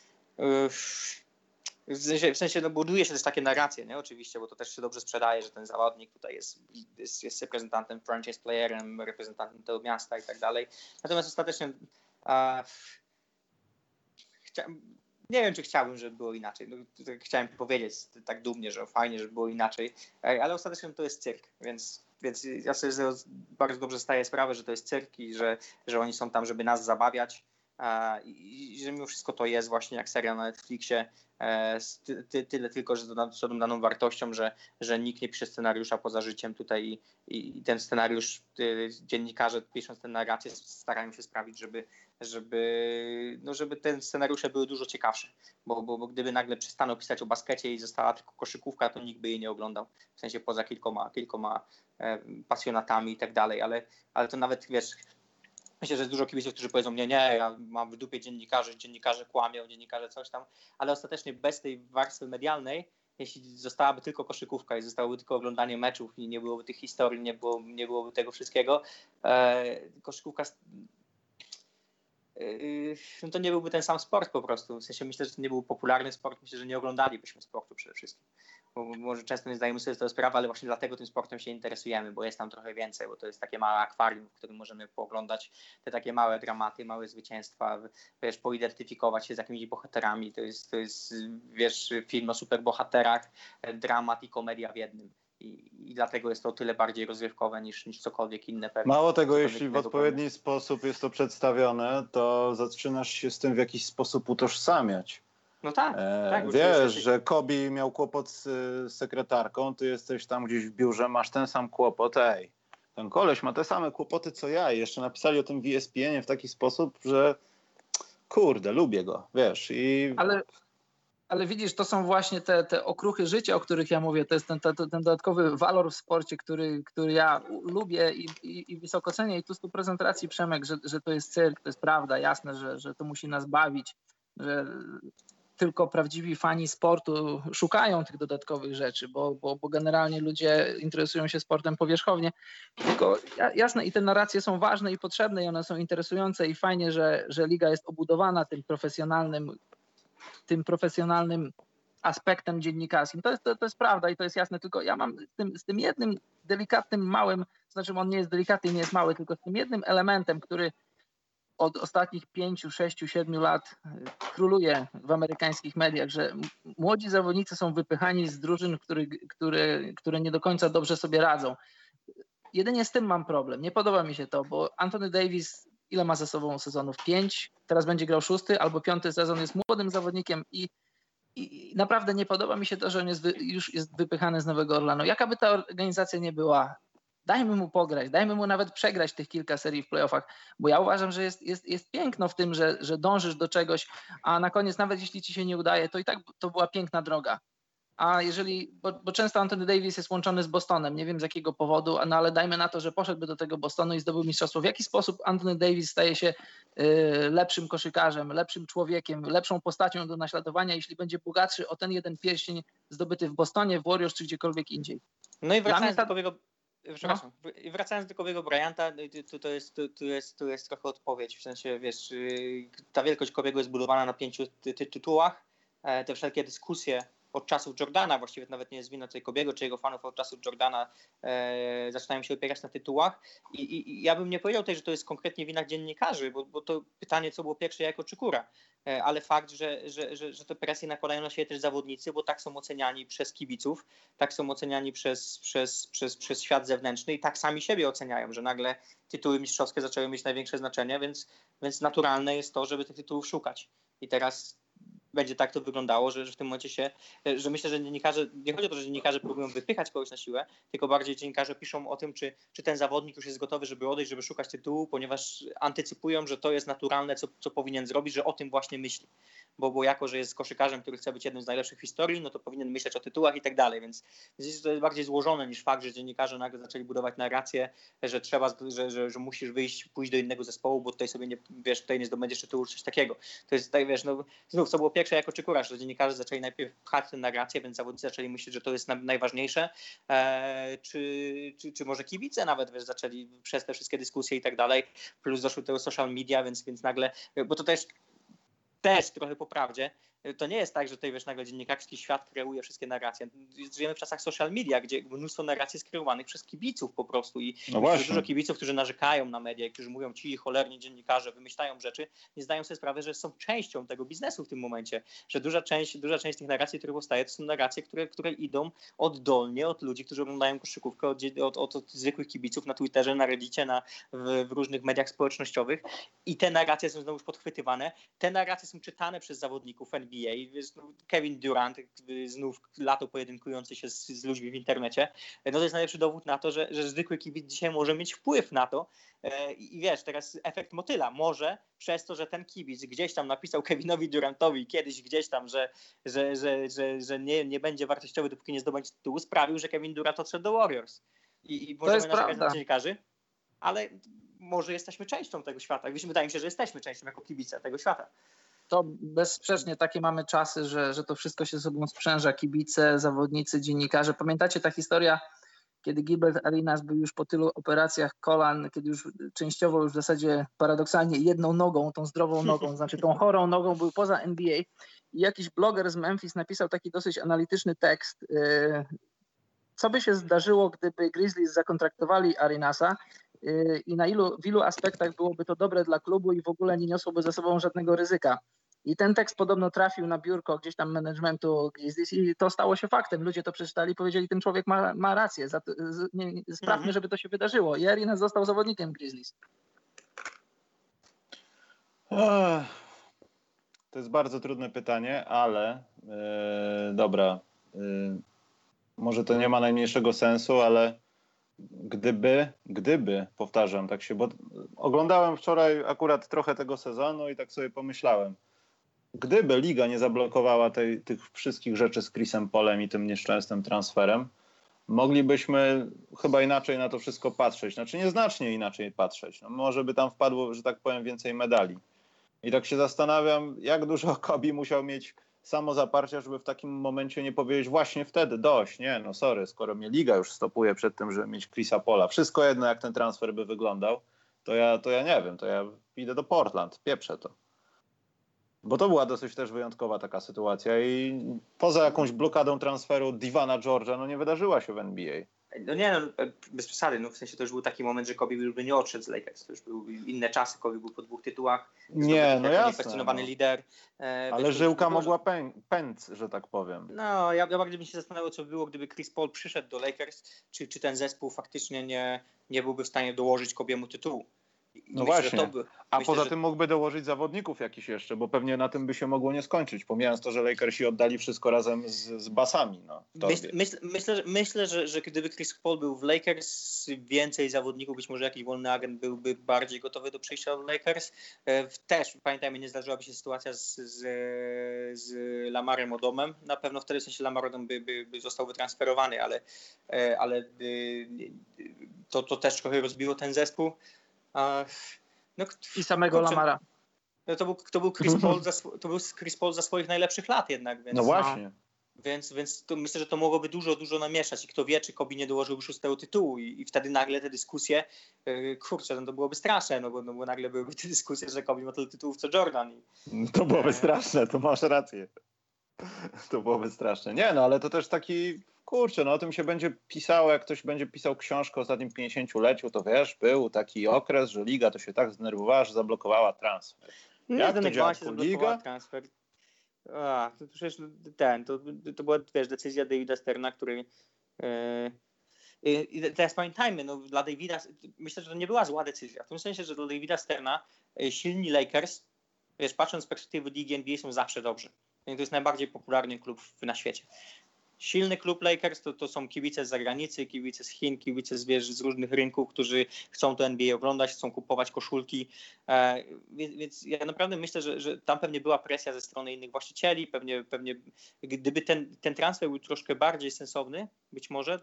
w sensie buduje się też takie narracje, nie? Oczywiście, bo to też się dobrze sprzedaje, że ten zawodnik tutaj jest reprezentantem, franchise playerem, reprezentantem tego miasta i tak dalej. Natomiast ostatecznie nie wiem, czy chciałbym, żeby było inaczej. Chciałem powiedzieć tak dumnie, że fajnie, żeby było inaczej, ale ostatecznie to jest cyrk, więc ja sobie bardzo dobrze zdaję sprawę, że to jest cyrk i że oni są tam, żeby nas zabawiać i że mimo wszystko to jest właśnie jak seria na Netflixie, tyle tylko, że to daną wartością, że nikt nie pisze scenariusza poza życiem tutaj i ten scenariusz, dziennikarze pisząc tę narrację starają się sprawić, żeby te scenariusze były dużo ciekawsze, bo gdyby nagle przestano pisać o baskecie i została tylko koszykówka, to nikt by jej nie oglądał, w sensie poza kilkoma pasjonatami i tak dalej, ale to nawet, wiesz, myślę, że jest dużo kibiców, którzy powiedzą, nie, ja mam w dupie dziennikarze kłamią, dziennikarze coś tam, ale ostatecznie bez tej warstwy medialnej, jeśli zostałaby tylko koszykówka i zostałoby tylko oglądanie meczów i nie byłoby tych historii, nie byłoby tego wszystkiego, koszykówka, no to nie byłby ten sam sport po prostu. W sensie myślę, że to nie był popularny sport, myślę, że nie oglądalibyśmy sportu przede wszystkim. Bo może często nie zdajemy sobie z tego sprawy, ale właśnie dlatego tym sportem się interesujemy, bo jest tam trochę więcej, bo to jest takie małe akwarium, w którym możemy pooglądać te takie małe dramaty, małe zwycięstwa, wiesz, poidentyfikować się z jakimiś bohaterami. To jest wiesz, film o superbohaterach, dramat i komedia w jednym. I dlatego jest to o tyle bardziej rozrywkowe niż cokolwiek inne. Mało tego, jeśli w odpowiedni sposób jest to przedstawione, to zaczynasz się z tym w jakiś sposób utożsamiać. No tak. Wiesz, że Kobe miał kłopot z sekretarką, ty jesteś tam gdzieś w biurze, masz ten sam kłopot, ten koleś ma te same kłopoty co ja i jeszcze napisali o tym w ESPN-ie w taki sposób, że kurde, lubię go, wiesz. Ale widzisz, to są właśnie te okruchy życia, o których ja mówię. To jest ten dodatkowy walor w sporcie, który ja lubię i wysoko cenię. I tu 100% racji, Przemek, że to jest cyrk, to jest prawda. Jasne, że to musi nas bawić, że tylko prawdziwi fani sportu szukają tych dodatkowych rzeczy, bo generalnie ludzie interesują się sportem powierzchownie. Tylko jasne, i te narracje są ważne i potrzebne i one są interesujące i fajnie, że liga jest obudowana tym profesjonalnym aspektem dziennikarskim. To jest prawda i to jest jasne, tylko ja mam z tym jednym delikatnym, małym, znaczy on nie jest delikatny, nie jest mały, tylko z tym jednym elementem, który od ostatnich 5, 6, 7 lat króluje w amerykańskich mediach, że młodzi zawodnicy są wypychani z drużyn, które nie do końca dobrze sobie radzą. Jedynie z tym mam problem. Nie podoba mi się to, bo Anthony Davis ile ma ze sobą sezonów? 5, teraz będzie grał 6 albo 5 sezon, jest młodym zawodnikiem i naprawdę nie podoba mi się to, że on już jest wypychany z Nowego Orlanu. Jaka by ta organizacja nie była, dajmy mu pograć, dajmy mu nawet przegrać tych kilka serii w playoffach, bo ja uważam, że jest piękno w tym, że dążysz do czegoś, a na koniec nawet jeśli ci się nie udaje, to i tak to była piękna droga. a jeżeli, bo często Anthony Davis jest łączony z Bostonem, nie wiem z jakiego powodu, no ale dajmy na to, że poszedłby do tego Bostonu i zdobył mistrzostwo. W jaki sposób Anthony Davis staje się lepszym koszykarzem, lepszym człowiekiem, lepszą postacią do naśladowania, jeśli będzie bogatszy o ten jeden pierścień zdobyty w Bostonie, w Warriors czy gdziekolwiek indziej? No i wracając do Kobe'ego, przepraszam, wracając do Kobe'ego Bryanta, to jest trochę odpowiedź, w sensie, wiesz, ta wielkość Kobe'ego jest budowana na 5 tytułach, te wszelkie dyskusje od czasów Jordana, właściwie nawet nie jest wina tutaj Kobe'ego czy jego fanów, od czasów Jordana zaczynają się opierać na tytułach i ja bym nie powiedział tutaj, że to jest konkretnie wina dziennikarzy, bo to pytanie, co było pierwsze, jajko czy kura, ale fakt, że te presje nakładają na siebie też zawodnicy, bo tak są oceniani przez kibiców, tak są oceniani przez świat zewnętrzny i tak sami siebie oceniają, że nagle tytuły mistrzowskie zaczęły mieć największe znaczenie, więc naturalne jest to, żeby tych tytułów szukać. I teraz będzie tak to wyglądało, że w tym momencie że myślę, że dziennikarze, nie chodzi o to, że dziennikarze próbują wypychać kogoś na siłę, tylko bardziej dziennikarze piszą o tym, czy ten zawodnik już jest gotowy, żeby odejść, żeby szukać tytułu, ponieważ antycypują, że to jest naturalne, co powinien zrobić, że o tym właśnie myśli. Bo jako, że jest koszykarzem, który chce być jednym z najlepszych w historii, no to powinien myśleć o tytułach i tak dalej, więc to jest bardziej złożone niż fakt, że dziennikarze nagle zaczęli budować narrację, że trzeba, że musisz pójść do innego zespołu, bo tutaj sobie nie, wiesz, tutaj nie zdobędziesz tytułu, coś takiego. To jest tak, wiesz, no znów, co było pierwsze jako czy kura, że dziennikarze zaczęli najpierw pchać tę narrację, więc zawodnicy zaczęli myśleć, że to jest najważniejsze, czy może kibice nawet, wiesz, zaczęli przez te wszystkie dyskusje i tak dalej, plus doszły te social media, więc nagle, bo to też trochę po prawdzie, to nie jest tak, że tutaj, wiesz, nagle dziennikarski świat kreuje wszystkie narracje. Żyjemy w czasach social media, gdzie mnóstwo narracji jest kreowanych przez kibiców po prostu i dużo kibiców, którzy narzekają na media, którzy mówią, ci cholerni dziennikarze wymyślają rzeczy, nie zdają sobie sprawy, że są częścią tego biznesu w tym momencie, że duża część tych narracji, które powstaje, to są narracje, które idą oddolnie od ludzi, którzy oglądają koszykówkę, od zwykłych kibiców na Twitterze, na Reddicie, w różnych mediach społecznościowych i te narracje są znowu podchwytywane, te narracje są czytane przez zawodników NBA. Kevin Durant znów lato pojedynkujący się z ludźmi w internecie, no to jest najlepszy dowód na to, że zwykły kibic dzisiaj może mieć wpływ na to i wiesz, teraz efekt motyla, może przez to, że ten kibic gdzieś tam napisał Kevinowi Durantowi kiedyś gdzieś tam, że nie będzie wartościowy, dopóki nie zdobędzie tytułu, sprawił, że Kevin Durant odszedł do Warriors i możemy narzekać na dziennikarzy, ale może jesteśmy częścią tego świata. Wydaje mi się, że jesteśmy częścią jako kibice tego świata. To bezsprzecznie takie mamy czasy, że to wszystko się ze sobą sprzęża. Kibice, zawodnicy, dziennikarze. Pamiętacie ta historia, kiedy Gilbert Arenas był już po tylu operacjach kolan, kiedy już częściowo już w zasadzie paradoksalnie jedną nogą, tą zdrową nogą, znaczy tą chorą nogą był poza NBA i jakiś bloger z Memphis napisał taki dosyć analityczny tekst. Co by się zdarzyło, gdyby Grizzlies zakontraktowali Arenasa i w ilu aspektach byłoby to dobre dla klubu i w ogóle nie niosłoby ze sobą żadnego ryzyka. I ten tekst podobno trafił na biurko gdzieś tam managementu Grizzlies i to stało się faktem. Ludzie to przeczytali i powiedzieli, ten człowiek ma rację, sprawmy, żeby to się wydarzyło. I Arenas został zawodnikiem Grizzlies. To jest bardzo trudne pytanie, ale dobra, może to nie ma najmniejszego sensu, ale gdyby, powtarzam, tak się, bo oglądałem wczoraj akurat trochę tego sezonu i tak sobie pomyślałem, gdyby liga nie zablokowała tych wszystkich rzeczy z Chrisem Paulem i tym nieszczęsnym transferem, moglibyśmy chyba inaczej na to wszystko patrzeć. Znaczy nieznacznie inaczej patrzeć. No, może by tam wpadło, że tak powiem, więcej medali. I tak się zastanawiam, jak dużo Kobe musiał mieć samozaparcia, żeby w takim momencie nie powiedzieć właśnie wtedy dość, nie, no sorry, skoro mnie liga już stopuje przed tym, żeby mieć Chrisa Paula, wszystko jedno jak ten transfer by wyglądał, to ja nie wiem, to ja idę do Portland, pieprzę to. Bo to była dosyć też wyjątkowa taka sytuacja i poza jakąś blokadą transferu Divana George'a, no nie wydarzyła się w NBA. No nie, no, bez przesady, no w sensie to już był taki moment, że Kobe już by nie odszedł z Lakers, to już były inne czasy, Kobe był po 2 tytułach. Nie, no jasne. Niekwestionowany lider. Ale żyłka mogła pęc, że tak powiem. No, ja bardziej bym się zastanawiał, co by było, gdyby Chris Paul przyszedł do Lakers, czy ten zespół faktycznie nie byłby w stanie dołożyć Kobiemu tytułu. No właśnie. Poza tym mógłby dołożyć zawodników jakiś jeszcze, bo pewnie na tym by się mogło nie skończyć, pomijając to, że Lakersi oddali wszystko razem z basami. No, myślę, że gdyby Chris Paul był w Lakers, więcej zawodników, być może jakiś wolny agent byłby bardziej gotowy do przyjścia w Lakers. Też, pamiętajmy, nie zdarzyłaby się sytuacja z Lamarem Odomem. Na pewno wtedy, w sensie Lamar Odom by został wytransferowany, ale to też trochę rozbiło ten zespół. No, i samego Lamara. No to był Chris Paul za swoich najlepszych lat jednak. Więc, no właśnie. Więc to myślę, że to mogłoby dużo namieszać i kto wie, czy Kobe nie dołożył 6. tytułu i wtedy nagle te dyskusje, kurczę, no to byłoby straszne, no bo nagle byłyby te dyskusje, że Kobe ma tyle tytułów co Jordan. To byłoby straszne, to masz rację. To byłoby straszne. Nie, no ale to też taki, kurczę, no o tym się będzie pisało, jak ktoś będzie pisał książkę o ostatnim 50-leciu, to wiesz, był taki okres, że liga to się tak zdenerwowała, że zablokowała transfer. Jak to działa się zablokowała transfer? To przecież to była, wiesz, decyzja Davida Sterna, który i teraz pamiętajmy, no dla Davida, myślę, że to nie była zła decyzja, w tym sensie, że dla Davida Sterna silni Lakers, wiesz, patrząc z perspektywy ligi NBA, są zawsze dobrzy. To jest najbardziej popularny klub na świecie. Silny klub Lakers to są kibice z zagranicy, kibice z Chin, kibice z różnych rynków, którzy chcą to NBA oglądać, chcą kupować koszulki. Więc ja naprawdę myślę, że tam pewnie była presja ze strony innych właścicieli. Pewnie gdyby ten transfer był troszkę bardziej sensowny, być może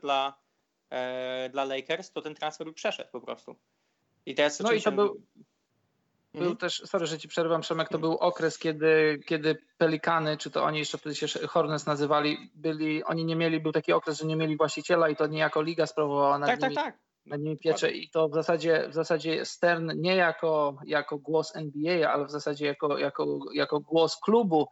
dla Lakers, to ten transfer by przeszedł po prostu. I teraz no i to był też, sorry, że ci przerwam, Przemek, to był okres, kiedy Pelikany, czy to oni jeszcze wtedy się Hornets nazywali, oni nie mieli, był taki okres, że nie mieli właściciela i to niejako liga sprawowała nad nimi pieczę i to w zasadzie Stern nie jako głos NBA, ale w zasadzie jako głos klubu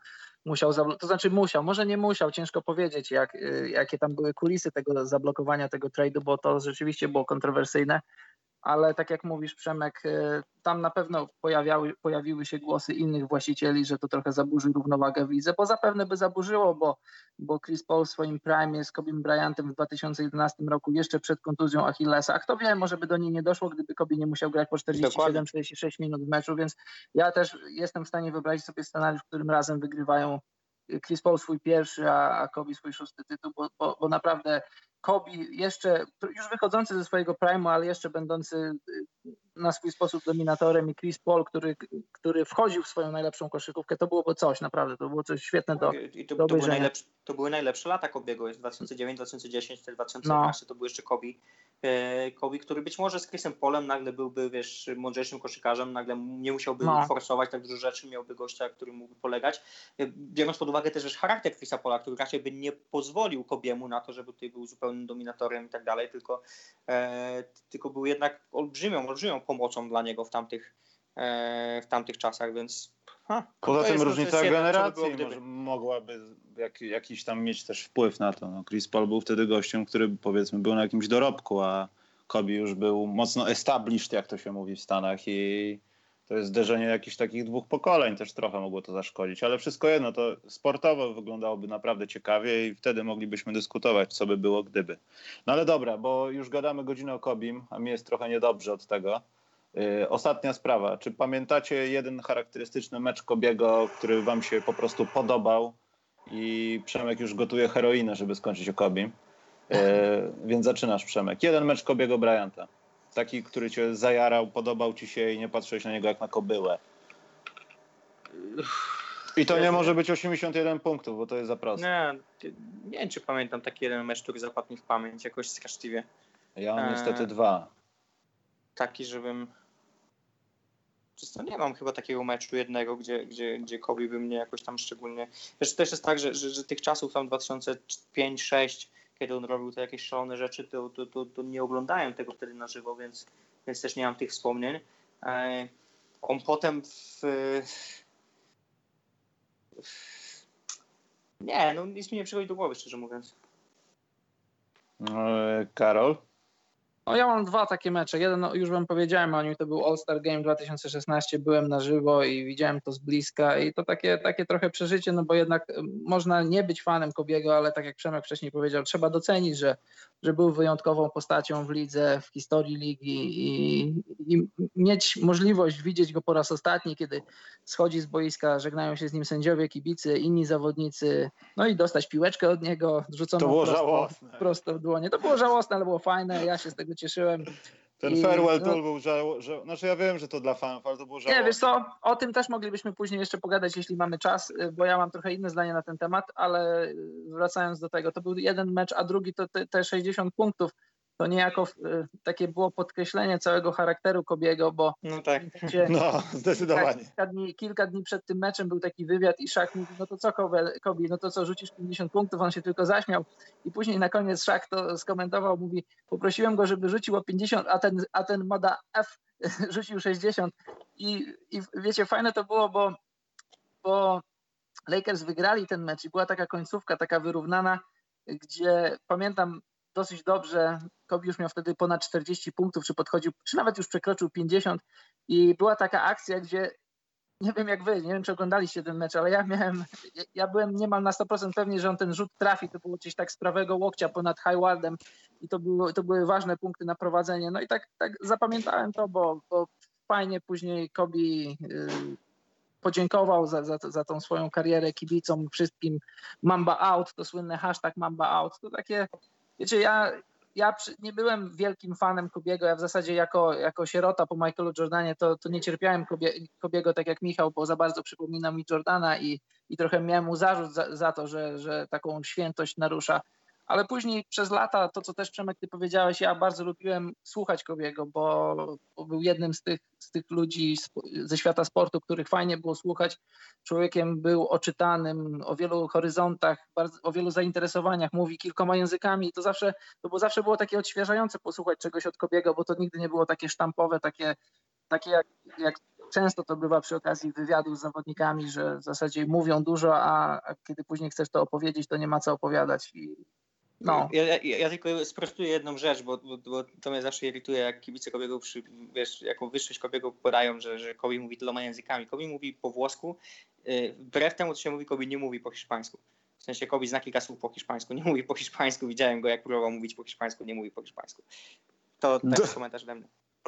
może nie musiał, ciężko powiedzieć, jakie tam były kulisy tego zablokowania tego trade'u, bo to rzeczywiście było kontrowersyjne. Ale tak jak mówisz, Przemek, tam na pewno pojawiły się głosy innych właścicieli, że to trochę zaburzy równowagę w lidze, bo zapewne by zaburzyło, bo Chris Paul w swoim prime z Kobim Bryantem w 2011 roku jeszcze przed kontuzją Achillesa, a kto wie, może by do niej nie doszło, gdyby Kobe nie musiał grać po 47-46 minut w meczu, więc ja też jestem w stanie wyobrazić sobie scenariusz, w którym razem wygrywają Chris Paul swój pierwszy, a Kobe swój 6. tytuł, bo naprawdę Kobe jeszcze, już wychodzący ze swojego prime'u, ale jeszcze będący na swój sposób dominatorem i Chris Paul, który wchodził w swoją najlepszą koszykówkę, to byłoby coś, naprawdę, to było coś świetne do obejrzenia. To były najlepsze lata Kobiego, jest 2009, 2010, 2011, to był jeszcze Kobe, który być może z Chrisem Paulem nagle byłby, wiesz, mądrzejszym koszykarzem, nagle nie musiałby forsować tak dużo rzeczy, miałby gościa, który mógłby polegać. Biorąc pod uwagę też wiesz, charakter Chrisa Paula, który raczej by nie pozwolił Kobiemu na to, żeby tutaj był zupełnym dominatorem i tak dalej, tylko był jednak olbrzymią pomocą dla niego w tamtych czasach, więc poza tym różnica generacji mogłaby jakiś tam mieć też wpływ na to. No, Chris Paul był wtedy gościem, który powiedzmy był na jakimś dorobku, a Kobe już był mocno established, jak to się mówi w Stanach i to jest zderzenie jakichś takich dwóch pokoleń, też trochę mogło to zaszkodzić, ale wszystko jedno, to sportowo wyglądałoby naprawdę ciekawie i wtedy moglibyśmy dyskutować, co by było gdyby. No ale dobra, bo już gadamy godzinę o Kobim, a mi jest trochę niedobrze od tego. Ostatnia sprawa. Czy pamiętacie jeden charakterystyczny mecz Kobiego, który wam się po prostu podobał i Przemek już gotuje heroinę, żeby skończyć o Kobim? Więc zaczynasz, Przemek. Jeden mecz Kobiego Bryanta. Taki, który cię zajarał, podobał ci się i nie patrzyłeś na niego jak na kobyłę. I to nie może być 81 punktów, bo to jest za proste. Nie wiem, czy pamiętam taki jeden mecz, który zapadł mi w pamięć jakoś straszliwie. Ja mam niestety dwa. Taki, żebym... Nie mam chyba takiego meczu jednego, gdzie Kobe by mnie jakoś tam szczególnie... Wiesz, to też jest tak, że tych czasów tam 2005-2006, kiedy on robił te jakieś szalone rzeczy, to nie oglądałem tego wtedy na żywo, więc też nie mam tych wspomnień. On potem nic mi nie przychodzi do głowy, szczerze mówiąc. Karol? No ja mam dwa takie mecze. Jeden, już wam powiedziałem o nim, to był All-Star Game 2016, byłem na żywo i widziałem to z bliska i to takie trochę przeżycie, no bo jednak można nie być fanem Kobiego, ale tak jak Przemek wcześniej powiedział, trzeba docenić, że był wyjątkową postacią w lidze, w historii ligi i mieć możliwość widzieć go po raz ostatni, kiedy schodzi z boiska, żegnają się z nim sędziowie, kibice, inni zawodnicy, no i dostać piłeczkę od niego rzuconą To było żałosne. prosto w dłonie. To było żałosne, ale było fajne, ja się z tego cieszyłem. Ten farewell tour był znaczy ja wiem, że to dla fanów, ale to było żałosne. Nie, wiesz co, o tym też moglibyśmy później jeszcze pogadać, jeśli mamy czas, bo ja mam trochę inne zdanie na ten temat, ale wracając do tego, to był jeden mecz, a drugi to te 60 punktów, to niejako takie było podkreślenie całego charakteru Kobiego, bo no tak. No, zdecydowanie. Kilka dni przed tym meczem był taki wywiad i Shaq mówi, no to co Kobe, no to co, rzucisz 50 punktów, on się tylko zaśmiał i później na koniec Shaq to skomentował, mówi, poprosiłem go, żeby rzucił o 50, a ten moda F rzucił 60 i wiecie, fajne to było, bo Lakers wygrali ten mecz i była taka końcówka, taka wyrównana, gdzie pamiętam dosyć dobrze, Kobe już miał wtedy ponad 40 punktów, czy nawet już przekroczył 50 i była taka akcja, gdzie nie wiem jak wy, nie wiem czy oglądaliście ten mecz, ale ja byłem niemal na 100% pewny, że on ten rzut trafi, to było gdzieś tak z prawego łokcia ponad Haywardem i to były ważne punkty na prowadzenie. No i tak zapamiętałem to, bo fajnie później Kobe podziękował za tą swoją karierę kibicom, wszystkim. Mamba out, to słynne hashtag Mamba out, to takie, wiecie, ja nie byłem wielkim fanem Kobiego, ja w zasadzie jako sierota po Michaelu Jordanie to nie cierpiałem Kobiego tak jak Michał, bo za bardzo przypomina mi Jordana i trochę miałem mu zarzut za to, że taką świętość narusza. Ale później przez lata, to co też Przemek ty powiedziałeś, ja bardzo lubiłem słuchać Kobiego, bo był jednym z tych ludzi ze świata sportu, których fajnie było słuchać. Człowiekiem był oczytanym, o wielu horyzontach, o wielu zainteresowaniach, mówi kilkoma językami. Zawsze było takie odświeżające posłuchać czegoś od Kobiego, bo to nigdy nie było takie sztampowe, takie jak często to bywa przy okazji wywiadów z zawodnikami, że w zasadzie mówią dużo, a kiedy później chcesz to opowiedzieć, to nie ma co opowiadać. No. Ja tylko sprostuję jedną rzecz, bo to mnie zawsze irytuje, jak kibice Kobiego, jaką wyższość Kobiego podają, że Kobe mówi tyloma językami. Kobe mówi po włosku, wbrew temu, co się mówi, Kobe nie mówi po hiszpańsku. W sensie Kobe zna kilka słów po hiszpańsku, nie mówi po hiszpańsku, widziałem go jak próbował mówić po hiszpańsku, nie mówi po hiszpańsku. To taki komentarz ode mnie.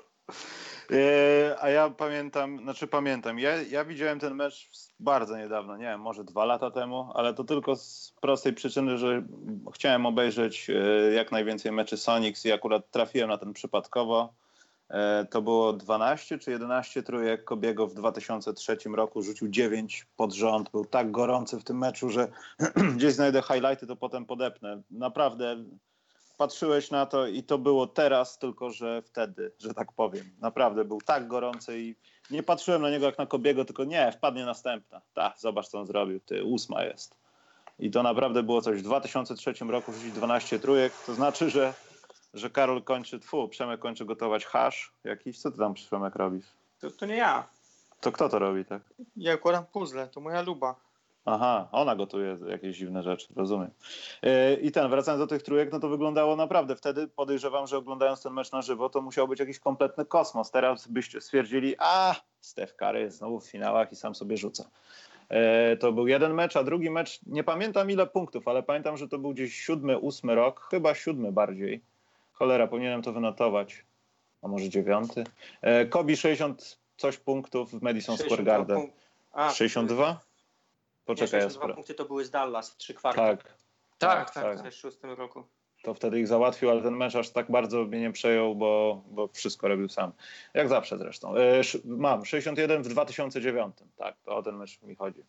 A ja pamiętam, ja widziałem ten mecz bardzo niedawno, nie wiem, może 2 lata temu, ale to tylko z prostej przyczyny, że chciałem obejrzeć jak najwięcej meczy Sonics i akurat trafiłem na ten przypadkowo. To było 12 czy 11 trójek Kobiego w 2003 roku, rzucił 9 pod rząd, był tak gorący w tym meczu, że gdzieś znajdę highlighty, to potem podepnę. Naprawdę patrzyłeś na to i to było teraz, tylko że wtedy, że tak powiem. Naprawdę był tak gorący i nie patrzyłem na niego jak na Kobiego, tylko nie, wpadnie następna. Zobacz co on zrobił, 8 jest. I to naprawdę było coś. W 2003 roku rzucić 12 trójek, to znaczy, że Karol Przemek kończy gotować hasz jakiś. Co ty tam, Przemek, robisz? To nie ja. To kto to robi, tak? Ja układam puzzle, to moja luba. Aha, ona gotuje jakieś dziwne rzeczy, rozumiem. I wracając do tych trójek, no to wyglądało naprawdę. Wtedy podejrzewam, że oglądając ten mecz na żywo, to musiał być jakiś kompletny kosmos. Teraz byście stwierdzili, Steph Curry znowu w finałach i sam sobie rzuca. To był jeden mecz, a drugi mecz, nie pamiętam ile punktów, ale pamiętam, że to był gdzieś 7, 8 rok, chyba 7 bardziej. Cholera, powinienem to wynotować. A może 9. Kobe 60 coś punktów w Madison Square Garden. 62? Poczekaj, 62 punkty to były z Dallas w 3 kwarty. Tak. W 2006 roku. To wtedy ich załatwił, ale ten mecz aż tak bardzo mnie nie przejął, bo wszystko robił sam. Jak zawsze zresztą. Mam 61 w 2009. Tak, to o ten mecz mi chodzi.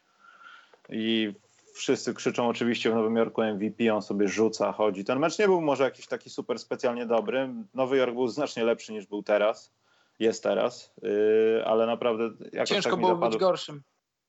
I wszyscy krzyczą oczywiście w Nowym Jorku MVP, on sobie rzuca, chodzi. Ten mecz nie był może jakiś taki super specjalnie dobry. Nowy Jork był znacznie lepszy niż był teraz. Jest teraz, ale naprawdę jakoś ciężko tak było mi zapadł. być gorszym.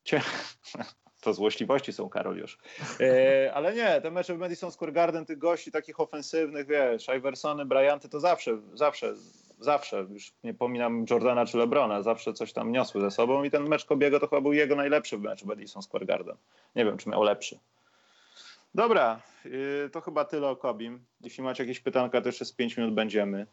To złośliwości są, Karol, już. Ale nie, te mecze w Madison Square Garden, tych gości takich ofensywnych, wiesz, Iversony, Bryanty, to zawsze, już nie pominam Jordana czy LeBrona, zawsze coś tam niosły ze sobą i ten mecz Kobiego to chyba był jego najlepszy mecz w Madison Square Garden. Nie wiem, czy miał lepszy. Dobra, to chyba tyle o Kobim. Jeśli macie jakieś pytanka, to jeszcze z 5 minut będziemy.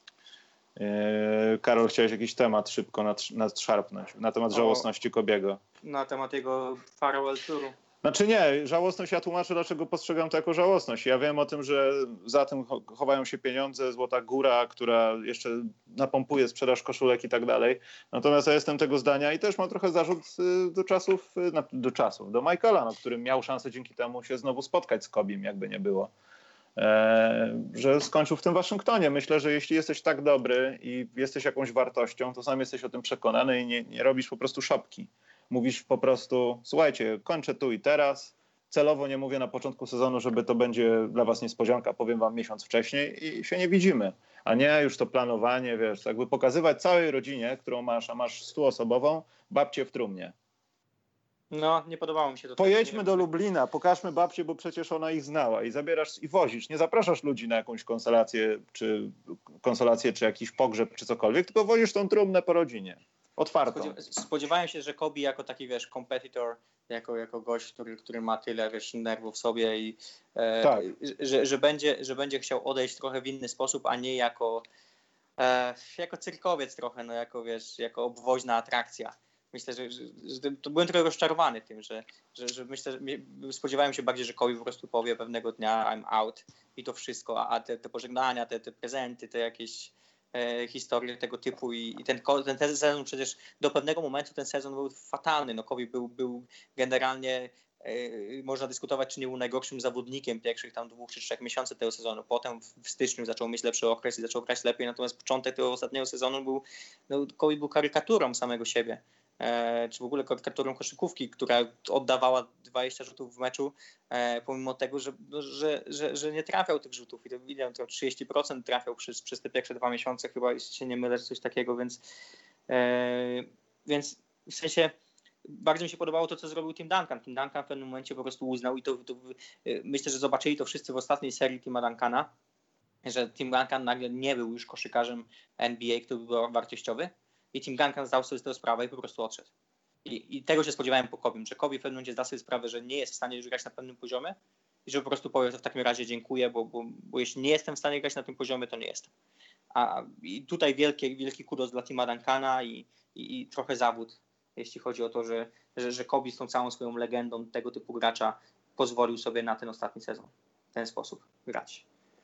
Karol, chciałeś jakiś temat szybko nadszarpnąć na temat żałosności Kobiego. Na temat jego farewell touru. Znaczy nie, żałosność ja tłumaczę, dlaczego postrzegam to jako żałosność. Ja wiem o tym, że za tym chowają się pieniądze, złota góra, która jeszcze napompuje sprzedaż koszulek i tak dalej. Natomiast ja jestem tego zdania i też mam trochę zarzut do Michaela, no, który miał szansę dzięki temu się znowu spotkać z Kobim, jakby nie było. Że skończył w tym Waszyngtonie. Myślę, że jeśli jesteś tak dobry i jesteś jakąś wartością, to sam jesteś o tym przekonany i nie robisz po prostu szopki. Mówisz po prostu, słuchajcie, kończę tu i teraz. Celowo nie mówię na początku sezonu, żeby to będzie dla was niespodzianka, powiem wam miesiąc wcześniej i się nie widzimy. A nie już to planowanie, wiesz, jakby pokazywać całej rodzinie, którą masz, a masz 100-osobową, babcię w trumnie. No, nie podobało mi się to. Pojedźmy do Lublina, pokażmy babcię, bo przecież ona ich znała i zabierasz i wozisz. Nie zapraszasz ludzi na jakąś konsolację, czy jakiś pogrzeb, czy cokolwiek, tylko wozisz tą trumnę po rodzinie. Otwartą. Spodziewałem się, że Kobe jako taki, wiesz, competitor, jako gość, który ma tyle, wiesz, nerwów w sobie i tak. że będzie chciał odejść trochę w inny sposób, a nie jako cyrkowiec trochę, no jako obwoźna atrakcja. Myślę, że to byłem trochę rozczarowany tym, że myślę, że spodziewałem się bardziej, że Kobe po prostu powie pewnego dnia I'm out i to wszystko, a te pożegnania, te prezenty, te jakieś historie tego typu i ten sezon przecież do pewnego momentu ten sezon był fatalny. No Kobe był generalnie, można dyskutować, czy nie był najgorszym zawodnikiem pierwszych tam 2 czy 3 miesięcy tego sezonu. Potem w styczniu zaczął mieć lepszy okres i zaczął grać lepiej, natomiast początek tego ostatniego sezonu Kobe był karykaturą samego siebie. Czy w ogóle karykaturą koszykówki, która oddawała 20 rzutów w meczu, pomimo tego, że nie trafiał tych rzutów. I to ile to 30% trafiał przez te pierwsze 2 miesiące, chyba, jeśli się nie mylę, coś takiego, więc w sensie bardzo mi się podobało to, co zrobił Tim Duncan. Tim Duncan w pewnym momencie po prostu uznał i to myślę, że zobaczyli to wszyscy w ostatniej serii Tima Duncana, że Tim Duncan nagle nie był już koszykarzem NBA, który był wartościowy. I Tim Duncan zdał sobie z tego sprawę i po prostu odszedł. I tego się spodziewałem po Kobim, że Kobe w pewnym momencie zda sobie sprawę, że nie jest w stanie już grać na pewnym poziomie i że po prostu powie, że w takim razie dziękuję, bo jeśli nie jestem w stanie grać na tym poziomie, to nie jestem. I tutaj wielki kudos dla Tima Duncana i trochę zawód, jeśli chodzi o to, że Kobe z tą całą swoją legendą tego typu gracza pozwolił sobie na ten ostatni sezon w ten sposób grać.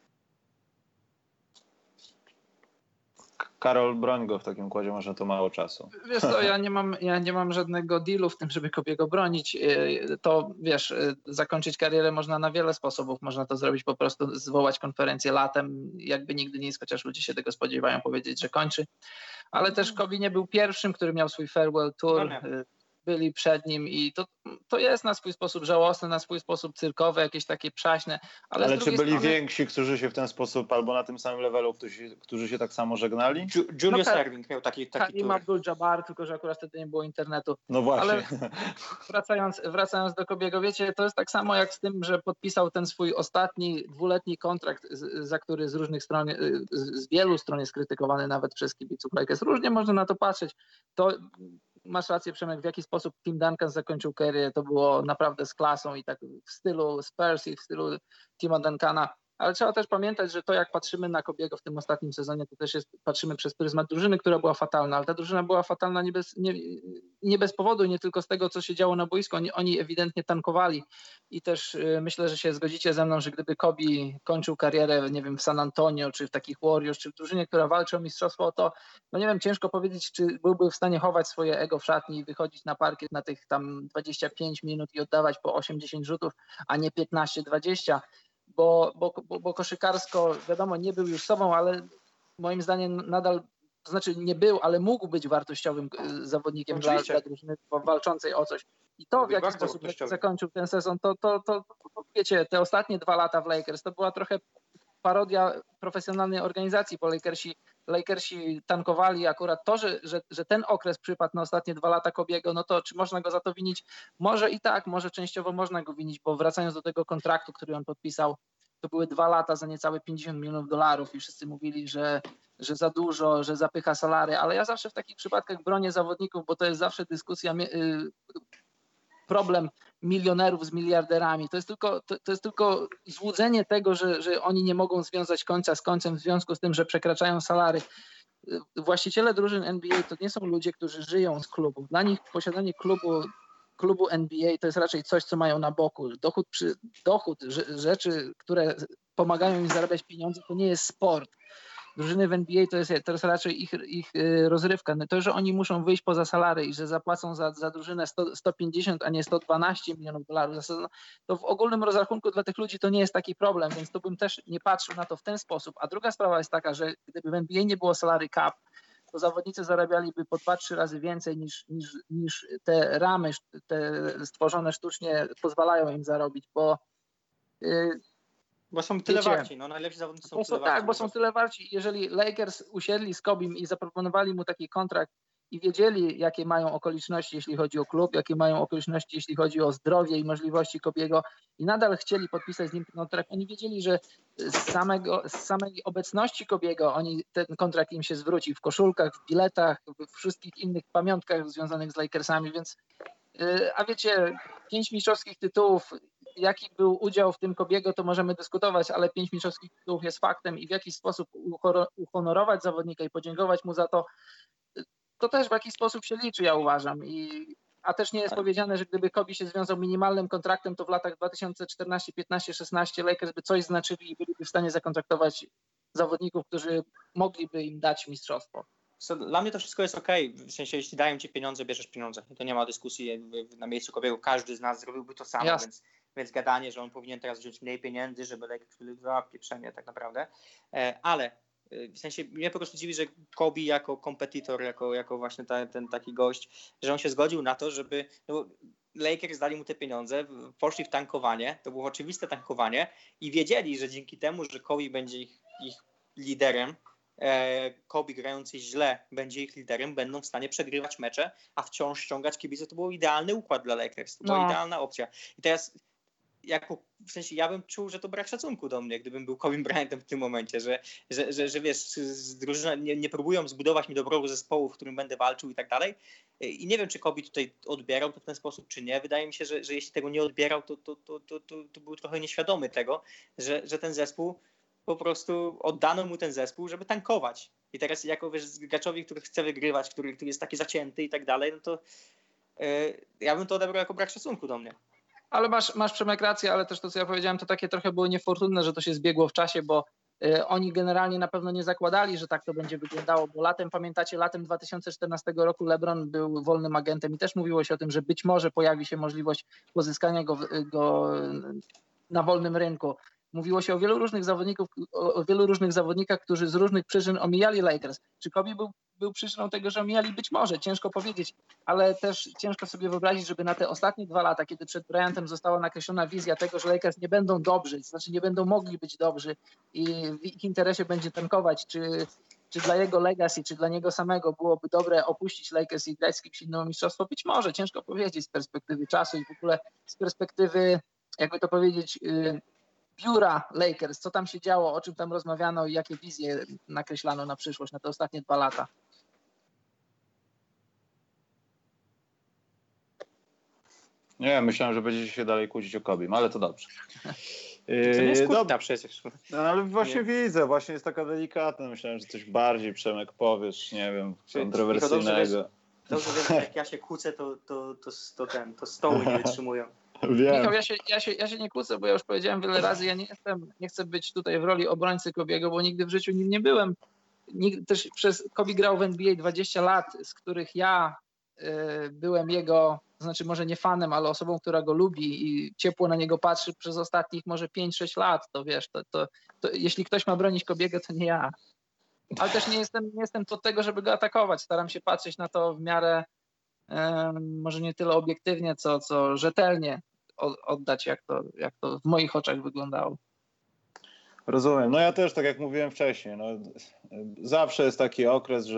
Karol, broń go w takim układzie, może to mało czasu. Wiesz co, ja nie mam żadnego dealu w tym, żeby Kobiego bronić. To wiesz, zakończyć karierę można na wiele sposobów. Można to zrobić po prostu, zwołać konferencję latem, jakby nigdy nic, chociaż ludzie się tego spodziewają, powiedzieć, że kończy. Ale też Kobe nie był pierwszym, który miał swój farewell tour. Byli przed nim i to jest na swój sposób żałosne, na swój sposób cyrkowe, jakieś takie przaśne. Ale czy byli więksi, którzy się w ten sposób albo na tym samym levelu, którzy się tak samo żegnali? Julius Erving miał taki Karim Abdul-Jabbar, tylko że akurat wtedy nie było internetu. No właśnie. Ale wracając do Kobiego, wiecie, to jest tak samo jak z tym, że podpisał ten swój ostatni 2-letni kontrakt, za który z różnych stron, z wielu stron jest krytykowany nawet przez kibiców Lakers. Różnie można na to patrzeć. To masz rację, Przemek, w jaki sposób Tim Duncan zakończył karierę, to było naprawdę z klasą i tak w stylu Spurs i w stylu Tima Duncana, ale trzeba też pamiętać, że to jak patrzymy na Kobiego w tym ostatnim sezonie, to też patrzymy przez pryzmat drużyny, która była fatalna, ale ta drużyna była fatalna nie bez powodu, nie tylko z tego, co się działo na boisku, oni ewidentnie tankowali i też myślę, że się zgodzicie ze mną, że gdyby Kobe kończył karierę, nie wiem, w San Antonio, czy w takich Warriors, czy w drużynie, która walczy o mistrzostwo, to no nie wiem, ciężko powiedzieć, czy byłby w stanie chować swoje ego w szatni i wychodzić na parkiet na tych tam 25 minut i oddawać po 80 rzutów, a nie 15-20, bo koszykarsko, wiadomo, nie był już sobą, ale moim zdaniem nadal, to znaczy nie był, ale mógł być wartościowym zawodnikiem dla drużyny walczącej o coś. I to, w jaki sposób zakończył ten sezon, to wiecie, te ostatnie 2 lata w Lakers to była trochę parodia profesjonalnej organizacji, bo Lakersi tankowali akurat to, że ten okres przypadł na ostatnie 2 lata Kobiego, no to czy można go za to winić? Może i tak, może częściowo można go winić, bo wracając do tego kontraktu, który on podpisał, to były 2 lata za niecałe $50 milionów i wszyscy mówili, że za dużo, że zapycha salary, ale ja zawsze w takich przypadkach bronię zawodników, bo to jest zawsze dyskusja, problem milionerów z miliarderami. To jest tylko złudzenie tego, że oni nie mogą związać końca z końcem w związku z tym, że przekraczają salary. Właściciele drużyn NBA to nie są ludzie, którzy żyją z klubu. Dla nich posiadanie klubu klubu NBA to jest raczej coś, co mają na boku. Dochód rzeczy, które pomagają im zarabiać pieniądze, to nie jest sport. Drużyny w NBA to jest raczej ich rozrywka. No to, że oni muszą wyjść poza salary i że zapłacą za drużynę 150, a nie 112 milionów dolarów, to w ogólnym rozrachunku dla tych ludzi to nie jest taki problem, więc to bym też nie patrzył na to w ten sposób. A druga sprawa jest taka, że gdyby w NBA nie było salary cap, to zawodnicy zarabialiby po 2-3 razy więcej niż te ramy, te stworzone sztucznie pozwalają im zarobić, bo są tyle warci, no najlepsi zawodnicy są tyle warci. Tak, bo są tyle warci. Jeżeli Lakers usiedli z Kobim i zaproponowali mu taki kontrakt i wiedzieli, jakie mają okoliczności, jeśli chodzi o klub, jakie mają okoliczności, jeśli chodzi o zdrowie i możliwości Kobiego i nadal chcieli podpisać z nim ten kontrakt, oni wiedzieli, że z samej obecności Kobiego ten kontrakt im się zwróci w koszulkach, w biletach, w wszystkich innych pamiątkach związanych z Lakersami, więc a wiecie, 5 mistrzowskich tytułów, jaki był udział w tym Kobiego, to możemy dyskutować, ale 5 mistrzowskich tytułów jest faktem i w jakiś sposób uhonorować zawodnika i podziękować mu za to też w jakiś sposób się liczy, ja uważam. A też nie jest powiedziane, że gdyby Kobe się związał minimalnym kontraktem, to w latach 2014, 15, 16 Lakers by coś znaczyli i byliby w stanie zakontraktować zawodników, którzy mogliby im dać mistrzostwo. Dla mnie to wszystko jest okej. W sensie, jeśli dają ci pieniądze, bierzesz pieniądze. To nie ma dyskusji na miejscu Kobiego. Każdy z nas zrobiłby to samo, więc gadanie, że on powinien teraz wziąć mniej pieniędzy, żeby Lakers wygrał pieprzenie tak naprawdę. Ale w sensie mnie po prostu dziwi, że Kobe jako kompetitor, jako właśnie ten taki gość, że on się zgodził na to, żeby Lakers dali mu te pieniądze, poszli w tankowanie, to było oczywiste tankowanie i wiedzieli, że dzięki temu, że Kobe będzie ich liderem, Kobe grający źle będzie ich liderem, będą w stanie przegrywać mecze, a wciąż ściągać kibice. To był idealny układ dla Lakers, to była idealna opcja. I teraz w sensie ja bym czuł, że to brak szacunku do mnie, gdybym był Kobe Bryantem w tym momencie, że wiesz, drużyna nie próbują zbudować mi dobrego zespołu, w którym będę walczył i tak dalej. I nie wiem, czy Kobe tutaj odbierał to w ten sposób, czy nie. Wydaje mi się, że jeśli tego nie odbierał, to był trochę nieświadomy tego, że ten zespół po prostu oddano mu ten zespół, żeby tankować. I teraz jako wiesz, graczowi, który chce wygrywać, który jest taki zacięty i tak dalej, no to ja bym to odebrał jako brak szacunku do mnie. Ale masz Przemek rację, ale też to, co ja powiedziałem, to takie trochę było niefortunne, że to się zbiegło w czasie, bo oni generalnie na pewno nie zakładali, że tak to będzie wyglądało, bo latem 2014 roku LeBron był wolnym agentem i też mówiło się o tym, że być może pojawi się możliwość pozyskania go na wolnym rynku. Mówiło się o wielu różnych zawodnikach, którzy z różnych przyczyn omijali Lakers. Czy Kobe był przyczyną tego, że omijali? Być może, ciężko powiedzieć, ale też ciężko sobie wyobrazić, żeby na te ostatnie 2 lata, kiedy przed Bryantem została nakreślona wizja tego, że Lakers nie będą dobrzy, to znaczy nie będą mogli być dobrzy i w ich interesie będzie tankować, czy dla jego legacy, czy dla niego samego byłoby dobre opuścić Lakers i grać z kimś innym o mistrzostwo? Być może, ciężko powiedzieć z perspektywy czasu i w ogóle z perspektywy, jakby to powiedzieć, biura Lakers, co tam się działo, o czym tam rozmawiano i jakie wizje nakreślano na przyszłość, na te ostatnie 2 lata. Nie, myślałem, że będziecie się dalej kłócić o Kobim, ale to dobrze. To nie jest kłótnia przecież. No, ale właśnie widzę, właśnie jest taka delikatna. Myślałem, że coś bardziej, Przemek, powiesz, nie wiem, kontrowersyjnego. Dobrze wiesz, jak ja się kłócę, to stoły nie wytrzymują. Wiem. Michał, ja się nie kłócę, bo ja już powiedziałem wiele razy, ja nie chcę być tutaj w roli obrońcy Kobiego, bo nigdy w życiu nim nie byłem. Też Kobe grał w NBA 20 lat, z których ja byłem jego, to znaczy może nie fanem, ale osobą, która go lubi i ciepło na niego patrzy przez ostatnich może 5-6 lat, to wiesz, to jeśli ktoś ma bronić Kobiego, to nie ja. Ale też nie jestem od tego, żeby go atakować. Staram się patrzeć na to w miarę może nie tyle obiektywnie, co rzetelnie oddać, jak to w moich oczach wyglądało. Rozumiem. No ja też, tak jak mówiłem wcześniej, zawsze jest taki okres,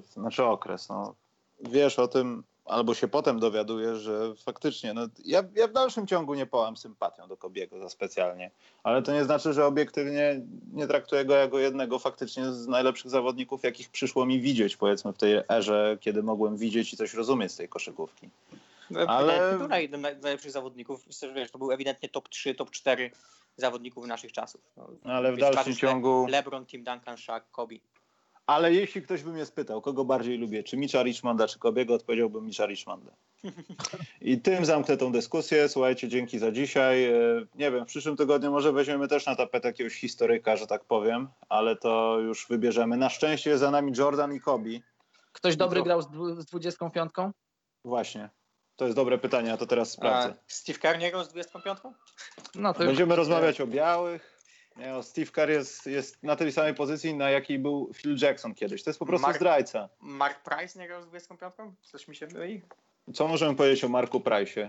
wiesz o tym, albo się potem dowiadujesz, że faktycznie, ja w dalszym ciągu nie pałam sympatią do Kobiego za specjalnie, ale to nie znaczy, że obiektywnie nie traktuję go jako jednego faktycznie z najlepszych zawodników, jakich przyszło mi widzieć, powiedzmy, w tej erze, kiedy mogłem widzieć i coś rozumieć z tej koszykówki. Ale jeden z najlepszych zawodników, wiesz, to był ewidentnie top 3, top 4 zawodników naszych czasów. Ale w dalszym ciągu... LeBron, Tim Duncan, Shaq, Kobe. Ale jeśli ktoś by mnie spytał, kogo bardziej lubię, czy Mitcha Richmonda, czy Kobiego, odpowiedziałbym Mitcha Richmonda. I tym zamknę tą dyskusję. Słuchajcie, dzięki za dzisiaj. Nie wiem, w przyszłym tygodniu może weźmiemy też na tapetę jakiegoś historyka, że tak powiem, ale to już wybierzemy. Na szczęście jest za nami Jordan i Kobe. Ktoś dobry grał z 25? Właśnie. To jest dobre pytanie, a to teraz sprawdzę. Steve Kerr nie grał z 25? No to Będziemy rozmawiać o białych. Nie, Steve Kerr jest na tej samej pozycji, na jakiej był Phil Jackson kiedyś. To jest po prostu zdrajca. Mark Price nie grał z 25? Coś mi się myli? Co możemy powiedzieć o Marku Price'ie?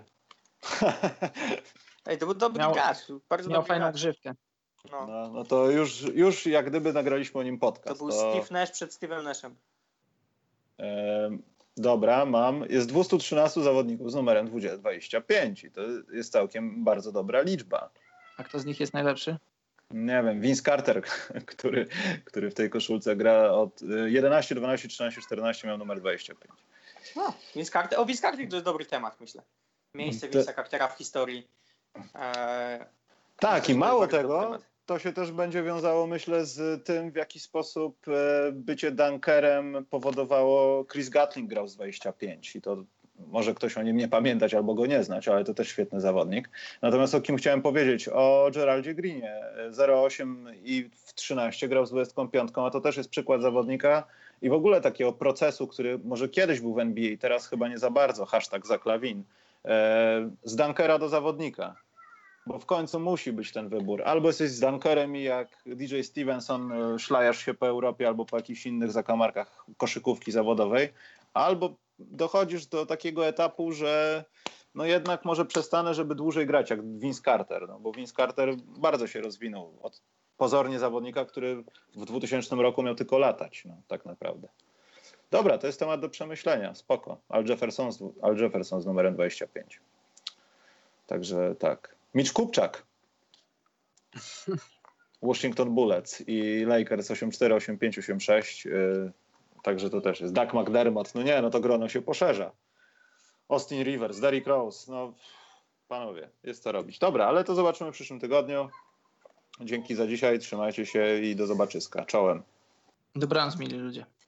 Ej, to był dobry gracz. Bardzo miał dobry fajną gracz. grzywkę. No to już jak gdyby nagraliśmy o nim podcast. To był Steve Nash przed Steve'em Nashem. Dobra, jest 213 zawodników z numerem 25 i to jest całkiem bardzo dobra liczba. A kto z nich jest najlepszy? Nie wiem, Vince Carter, który w tej koszulce gra od 11, 12, 13, 14, miał numer 25. No, Vince Carter to jest dobry temat, myślę. Miejsce Vince'a Cartera w historii. Tak, i mało tego, temat. to się też będzie wiązało, myślę, z tym, w jaki sposób bycie dunkerem powodowało. Chris Gatling grał z 25 i to może ktoś o nim nie pamiętać albo go nie znać, ale to też świetny zawodnik. Natomiast o kim chciałem powiedzieć? O Geraldzie Greenie. 0,8 i w 13 grał z 25, a to też jest przykład zawodnika i w ogóle takiego procesu, który może kiedyś był w NBA, teraz chyba nie za bardzo, #Zaklawin, z dunkera do zawodnika. Bo w końcu musi być ten wybór. Albo jesteś z dunkerem i jak DJ Stevenson szlajasz się po Europie albo po jakichś innych zakamarkach koszykówki zawodowej, albo dochodzisz do takiego etapu, że no jednak może przestanę, żeby dłużej grać, jak Vince Carter. No bo Vince Carter bardzo się rozwinął od pozornie zawodnika, który w 2000 roku miał tylko latać. No, tak naprawdę. Dobra, to jest temat do przemyślenia. Spoko. Al Jefferson z numerem 25. Także tak. Mitch Kupchak. Washington Bullets i Lakers 8-4, 8-5, 8-6. Także to też jest. Doug McDermott. No nie, no to grono się poszerza. Austin Rivers, Derrick Rose. No panowie, jest co robić. Dobra, ale to zobaczymy w przyszłym tygodniu. Dzięki za dzisiaj, trzymajcie się i do zobaczyska. Czołem. Dobranoc, mili ludzie.